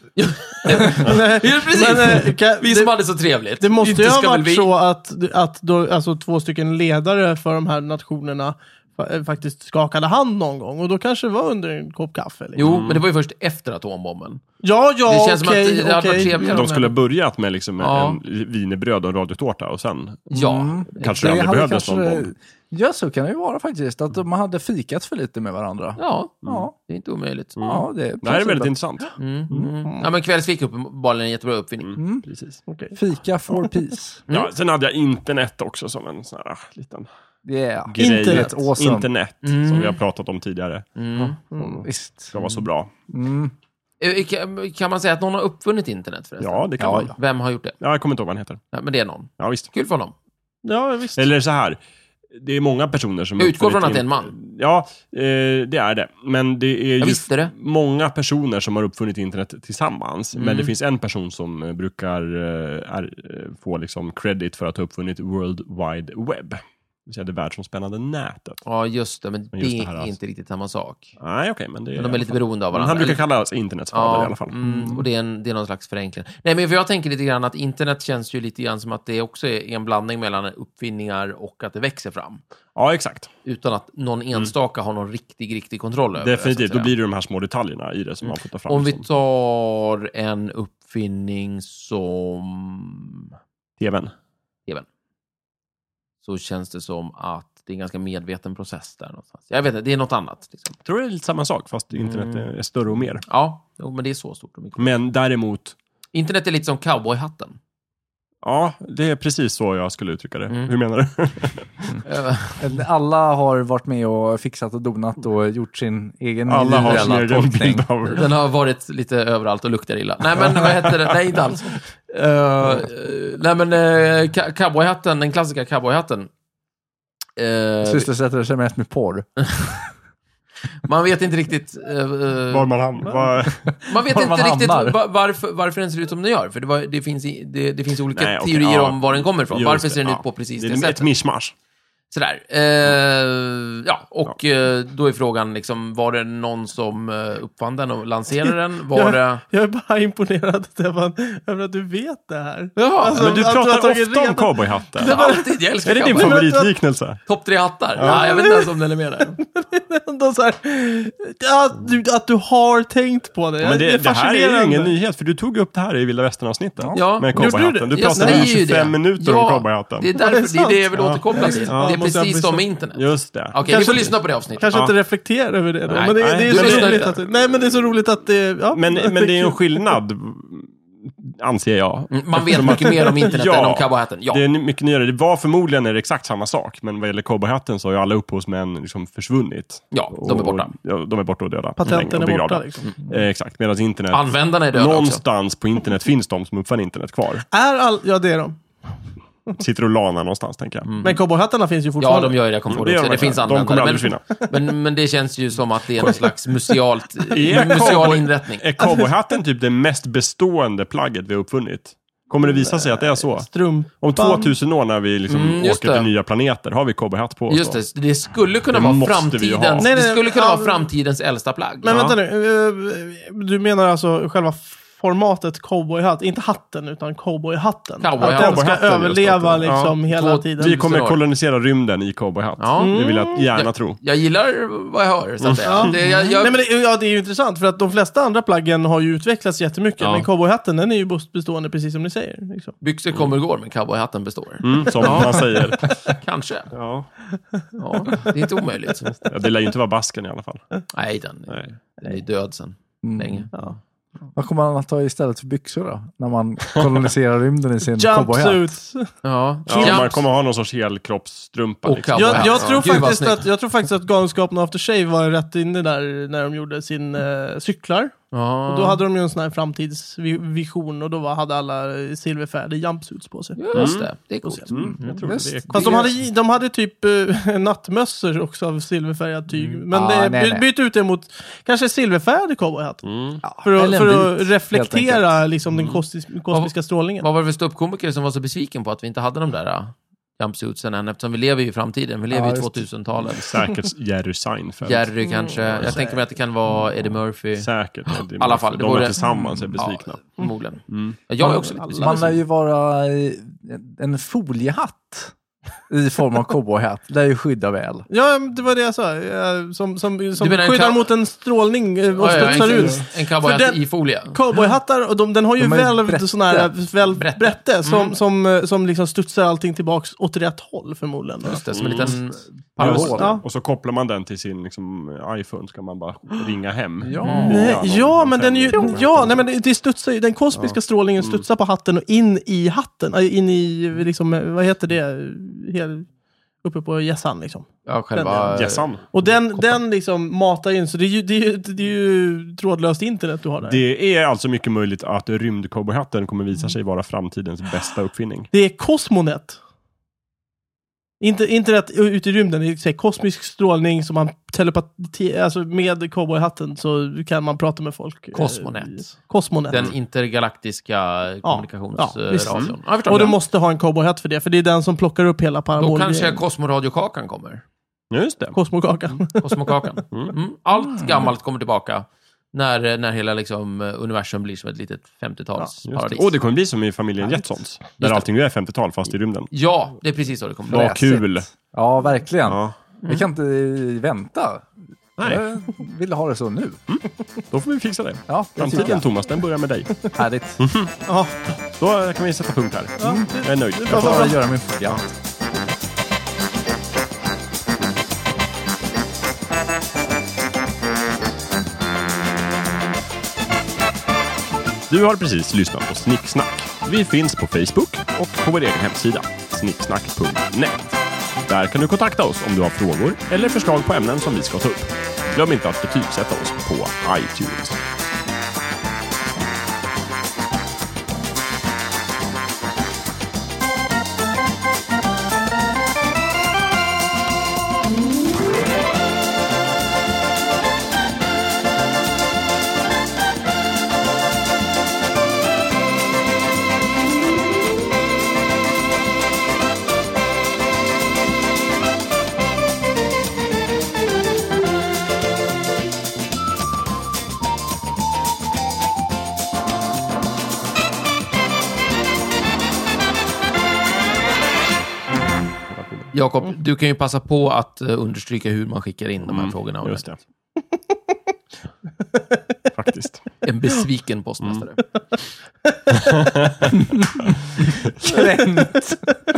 Nej, Ja, precis. men, eh, kan, Vi som det, hade så trevligt. det måste Inte ju ha ska väl varit vi- så att, att då, alltså, två stycken ledare för de här nationerna fa- faktiskt skakade hand någon gång. Och då kanske det var under en kopp kaffe. Liksom. Jo, men det var ju först efter atombomben. Ja, ja, Det känns som okej, att det hade varit okej. trevligare. De skulle ha börjat med liksom Ja. en wienerbröd och en radiotårta och sen Ja. Mm. kanske det aldrig hade behövdes kanske- någon bomb. Ja, så kan det ju vara faktiskt. Att man hade fikat för lite med varandra. Ja, Ja, det är inte omöjligt. ja det är Det här är väldigt principen. intressant. Mm. Mm. Ja, men kvällsfika uppenbarligen en jättebra uppfinning. Mm. Precis. Okej. Fika for peace. Mm. Ja, sen hade jag internet också som en sån här ah, liten Yeah. grej. Internet. Awesome. Internet, Mm. som vi har pratat om tidigare. Mm. Mm, visst. Ska vara så bra. Mm. Eh, Kan, kan man säga att någon har uppfunnit internet förresten? Ja, det kan Ja, man. ja. Vem har gjort det? Ja, jag kommer inte ihåg vad han heter. Ja, men det är någon. Ja, visst. Kul för honom. Ja, visst. Eller så här. Det är många personer som... Jag utgår uppfunnit från att det är en in- man. Ja, eh, det är det. Men det är Jag ju visste det. många personer som har uppfunnit internet tillsammans. Mm. Men det finns en person som eh, brukar eh, är, eh, få liksom credit för att ha uppfunnit World Wide Web. Det vill säga det världsomspännande nätet. Ja, just det. Men, Men just det det här är alltså. inte riktigt samma sak. Nej, okej, men det är... Men de i är alla lite fall- beroende av Men varandra. han brukar Eller- kallas internets fader i alla fall. Mm, och det är, en, det är någon slags förenkling. Nej, men för jag tänker lite grann att internet känns ju lite grann som att det också är en blandning mellan uppfinningar och att det växer fram. Ja, exakt. Utan att någon enstaka har någon riktig, riktig kontroll över Definitivt. det. så Då att blir säga. det de här små detaljerna i det som man får ta fram. Om vi som tar en uppfinning som tvn. tvn, så känns det som att det är en ganska medveten process där någonstans. Jag vet inte, det är något annat. Liksom. Jag tror det är lite samma sak, fast internet Mm. är större och mer. Ja, jo, men det är så stort och mycket. Men däremot, Internet är lite som cowboyhatten. ja, det är precis så jag skulle uttrycka det. Mm. Hur menar du? Eh, Alla har varit med och fixat och donat och gjort sin egen Alla har sin individuella egen tolkning. bild av... Den har varit lite överallt och luktar illa. Nej, men vad heter det? Nej, inte alls. Uh, nej, men uh, cowboyhatten, den klassiska cowboyhatten. Uh, Sysselsätter sig mest med porr. man vet inte riktigt... Uh, Var man hamnar. Var... man vet var inte man riktigt hamnar. va- varför, varför den ser ut som den gör. För det, var, det, finns, i, det, det finns olika Nej, okej, teorier ja. om var den kommer ifrån. Just Varför det, ser den ja. ut på precis Det det, är ett sättet. mischmasch. Sådär. Uh, ja, och uh, då är frågan liksom, var det någon som uh, uppfann den och lanserade den? Var det... jag, jag är bara imponerad, Stefan, över att du vet det här. Jaha, Alltså, Men du att du har pratar tagit ofta om reda- cowboyhatten. alltid. Jag älskar Är det din cowboy. favoritliknelse? Topp tre hattar? Ja. jag vet inte ens om den är med där. Ändå så här, att, du, att du har tänkt på det. Men det, är det här är ju fascinerande. ingen nyhet, för du tog upp det här i Vilda Västern-avsnittet. Ja. Med Gjorde du cowboyhatten. det? Du Jag pratade i säger ju tjugofem det. minuter Ja, om cowboyhatten. Det är därför, det är det jag vill Ja. återkoppla till. Ja, det är måste jag precis bli som så- internet. Just det. Okej, vi Kanske får inte- lyssna på det avsnittet. Kanske Ja. inte reflektera över det då. Nej, men det, nej, det är men så det- roligt att, nej, men det är så roligt att det... Ja, Men, men det är ju en kul. skillnad, anser jag. Mm, Man vet Eftersom mycket att- mer om internet Ja, än om cowboyhatten. Ja. Det är mycket nyare. Det var förmodligen är det exakt samma sak, men vad gäller cowboyhatten så har ju alla upphovsmän liksom försvunnit. Ja, de är borta. Och, ja, de är borta och döda. Patenten och är borta begravda. liksom. Eh, exakt, medan internet... Användarna är döda också. Någonstans på internet finns de som uppfann internet kvar. Är all... Ja, det är de. Sitter och lanar någonstans, tänker jag. Men cowboyhattarna finns ju Ja, fortfarande. de gör ju det. Jag kom på det gör också. de Det finns verkligen. De användare. kommer aldrig Men, men, men det känns ju som att det är någon slags musealt, Är museal cowboy- inrättning. Är cowboyhatten typ det mest bestående plagget vi har uppfunnit? Kommer det visa sig att det är så? Strumpan. Om tvåtusen år när vi liksom Mm, just åker till det. nya planeter, har vi cowboyhatt på oss Just då? det, det skulle kunna Det vara måste vi ju ha. framtidens, Nej, nej, det skulle kunna ja, vara framtidens äldsta plagg. Men Ja. vänta nu, eh, du menar alltså själva formatet cowboyhatt, inte hatten utan cowboyhatten. Cowboy att den ska Cowboyhatten, överleva just det. liksom Ja, hela två- tiden. Vi kommer Tusen år. kolonisera rymden i cowboyhatt. Ja. Det vill jag gärna Jag- tro. Jag gillar vad jag hör, så att säga. Ja. Det, jag, jag, Nej, men det, ja, det är ju intressant för att de flesta andra plaggen har ju utvecklats jättemycket. Ja. Men cowboyhatten den är ju bestående precis som ni säger. Liksom. byxor kommer och går, men cowboyhatten består. Mm, som man säger. Kanske. Ja. Ja, det är inte omöjligt. Ja, det lär ju inte vara basken i alla fall. Nej, den, Nej. den är död sen Mm. länge. Ja. Vad kommer man att ta istället för byxor då? När man koloniserar rymden i sin cowboyhatt? Jumpsuits. Ja, Ja, Jumps- man kommer ha någon sorts helkroppsstrumpa. Och Liksom. cowboy. Jag, jag, Ja. tror Gud, vad faktiskt snyggt. att, jag tror faktiskt att Galenskapen After Shave var rätt inne där när de gjorde sin eh, cyklar. Ja. Och då hade de ju en sån här framtidsvision och då var, hade alla silverfärgade jumpsuits på sig. Just det, det är coolt. Mm, jag tror Visst. det är Fast de hade, de hade typ uh, nattmössor också av silverfärgad tyg. Men Ah, det, nej, by, nej. byt ut det mot kanske silverfärgad cowboyhatt. Mm. För, att, eller en för vit, att helt reflektera enkelt. liksom, den kosmis, kosmiska strålningen. Vad var det för ståuppkomiker som var så besviken på att vi inte hade de där uh, jumpsuitsen än? Eftersom vi lever ju i framtiden. Vi lever Ja, ju i just det. tvåtusentalet. Säkert Jerry Seinfeld. Jerry kanske. Jag tänker mig att det kan vara Eddie Murphy. Säkert. I alla fall, det de vore- tillsammans är besvikna. Ja, förmodligen. Mm. Ja, jag är också lite besviken. Man lär ju vara eh, en foliehatt i form av cowboyhatt. Det är ju skydda väl. Ja, det var det jag sa. Eh, Som, som, som Du menar en skyddar cow- mot en strålning eh, och Ja, ja, studsar en, ut. en cowboyhatt För den- i folie. Cowboyhattar, och de, den har ju De är välvt brätte. sån här välvt Brätte. brätte, som, Mm. som, eh, som liksom studsar allting tillbaks åt rätt håll förmodligen. Just det, som en Mm. liten Parabol. parabol. Ja. Och så kopplar man den till sin liksom, iPhone, så kan man bara ringa hem. Ja. Nej, någon- ja, någon men den är ju, fem- ja, nej, men det, det studsar ju, den kosmiska strålningen studsar på hatten och in i hatten, äh, in i, liksom, eh, vad heter det, Hel, uppe på hjässan liksom. Ja, själva... Jessan. Och den, den liksom matar in, så det är, ju, det, är ju, det är ju trådlöst internet du har där. Det, Det är alltså mycket möjligt att rymdcowboyhatten kommer visa sig vara framtidens bästa uppfinning. är Cosmonet. Inte, inte rätt ut i rymden, det är så här, kosmisk strålning som man telepati, alltså med cowboyhatten så kan man prata med folk. Cosmonet. Eh, Cosmonet. Den intergalaktiska ja, visst. kommunikationsradion. Ja, jag förstår Och du det. måste ha en cowboyhatt för det, för det är den som plockar upp hela Då parabolgrejen. kanske Cosmoradiokakan kommer. Ja, just det. Kosmokakan. Cosmokakan. Mm. Allt gammalt kommer tillbaka. När, när hela liksom, universum blir som ett litet Just femtiotalsparadis. det. Och det kommer bli som i familjen Jetsons. Där det. allting nu är femtiotal fast i rymden. Ja, det är precis så det kommer bli. Vad kul. Ja, verkligen. Ja. Vi kan inte eh, vänta. Nej. Jag vill ha det så nu. Då får vi fixa det. Ja, det tycker Framtiden, jag. Thomas, den börjar med dig. Härligt. Ja. Då kan vi sätta punkt här. Ja, Jag är nöjd. det- Jag får bara göra min följa. Du har precis lyssnat på Snicksnack. Vi finns på Facebook och på vår egen hemsida, snicksnack punkt net. Där kan du kontakta oss om du har frågor eller förslag på ämnen som vi ska ta upp. Glöm inte att betygsätta oss på iTunes. Jakob, du kan ju passa på att uh, understryka hur man skickar in de här frågorna. Just det. Faktiskt. En besviken postmästare. Kränkt.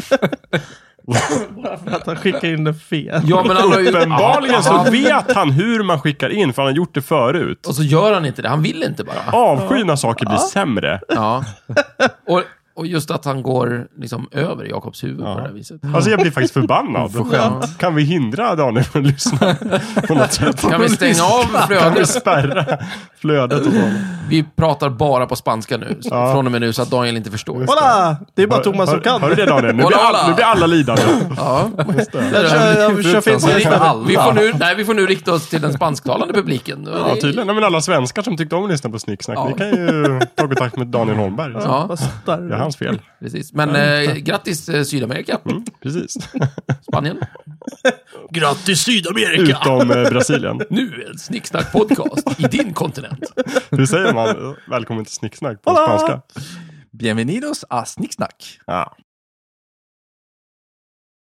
Bara för att han skickar in det fel. Ja, men han har ju... Uppenbarligen så Ja, vet han hur man skickar in, för han har gjort det förut. och så gör han inte det. Han vill inte bara. Avsky när saker blir sämre. Ja. Och, och just att han går liksom över Jakobs huvud Ja. på det här viset. Alltså jag blir faktiskt förbannad. Oförskämt. Kan vi hindra Daniel från att lyssna på något sätt? Kan vi stänga av Kan vi flödet? spärra flödet och sånt? Vi pratar bara på spanska nu. Ja. Från och med nu så att Daniel inte förstår. Hola! Det är bara Thomas som kan. Hör du det, Daniel? Nu Hola, blir, all, hola. nu blir alla lidande. Ja. Jag kör, jag kör finns för det. alla. Vi får, nu, nej, vi får nu rikta oss till den spansktalande publiken. Ja, tydligen. Nej, men alla svenskar som tyckte om att lyssna på Snicksnack, Ja. ni kan ju ta kontakt med Daniel Holmberg. Ja, Vad Det är starkt. hans fel. precis. Men eh, grattis eh, Sydamerika, Mm, precis. Spanien. Grattis Sydamerika! Utom eh, Brasilien. Nu en Snicksnack-podcast i din kontinent. Hur säger man? Välkommen till Snicksnack på Hola! spanska. Bienvenidos a Snicksnack. Ja.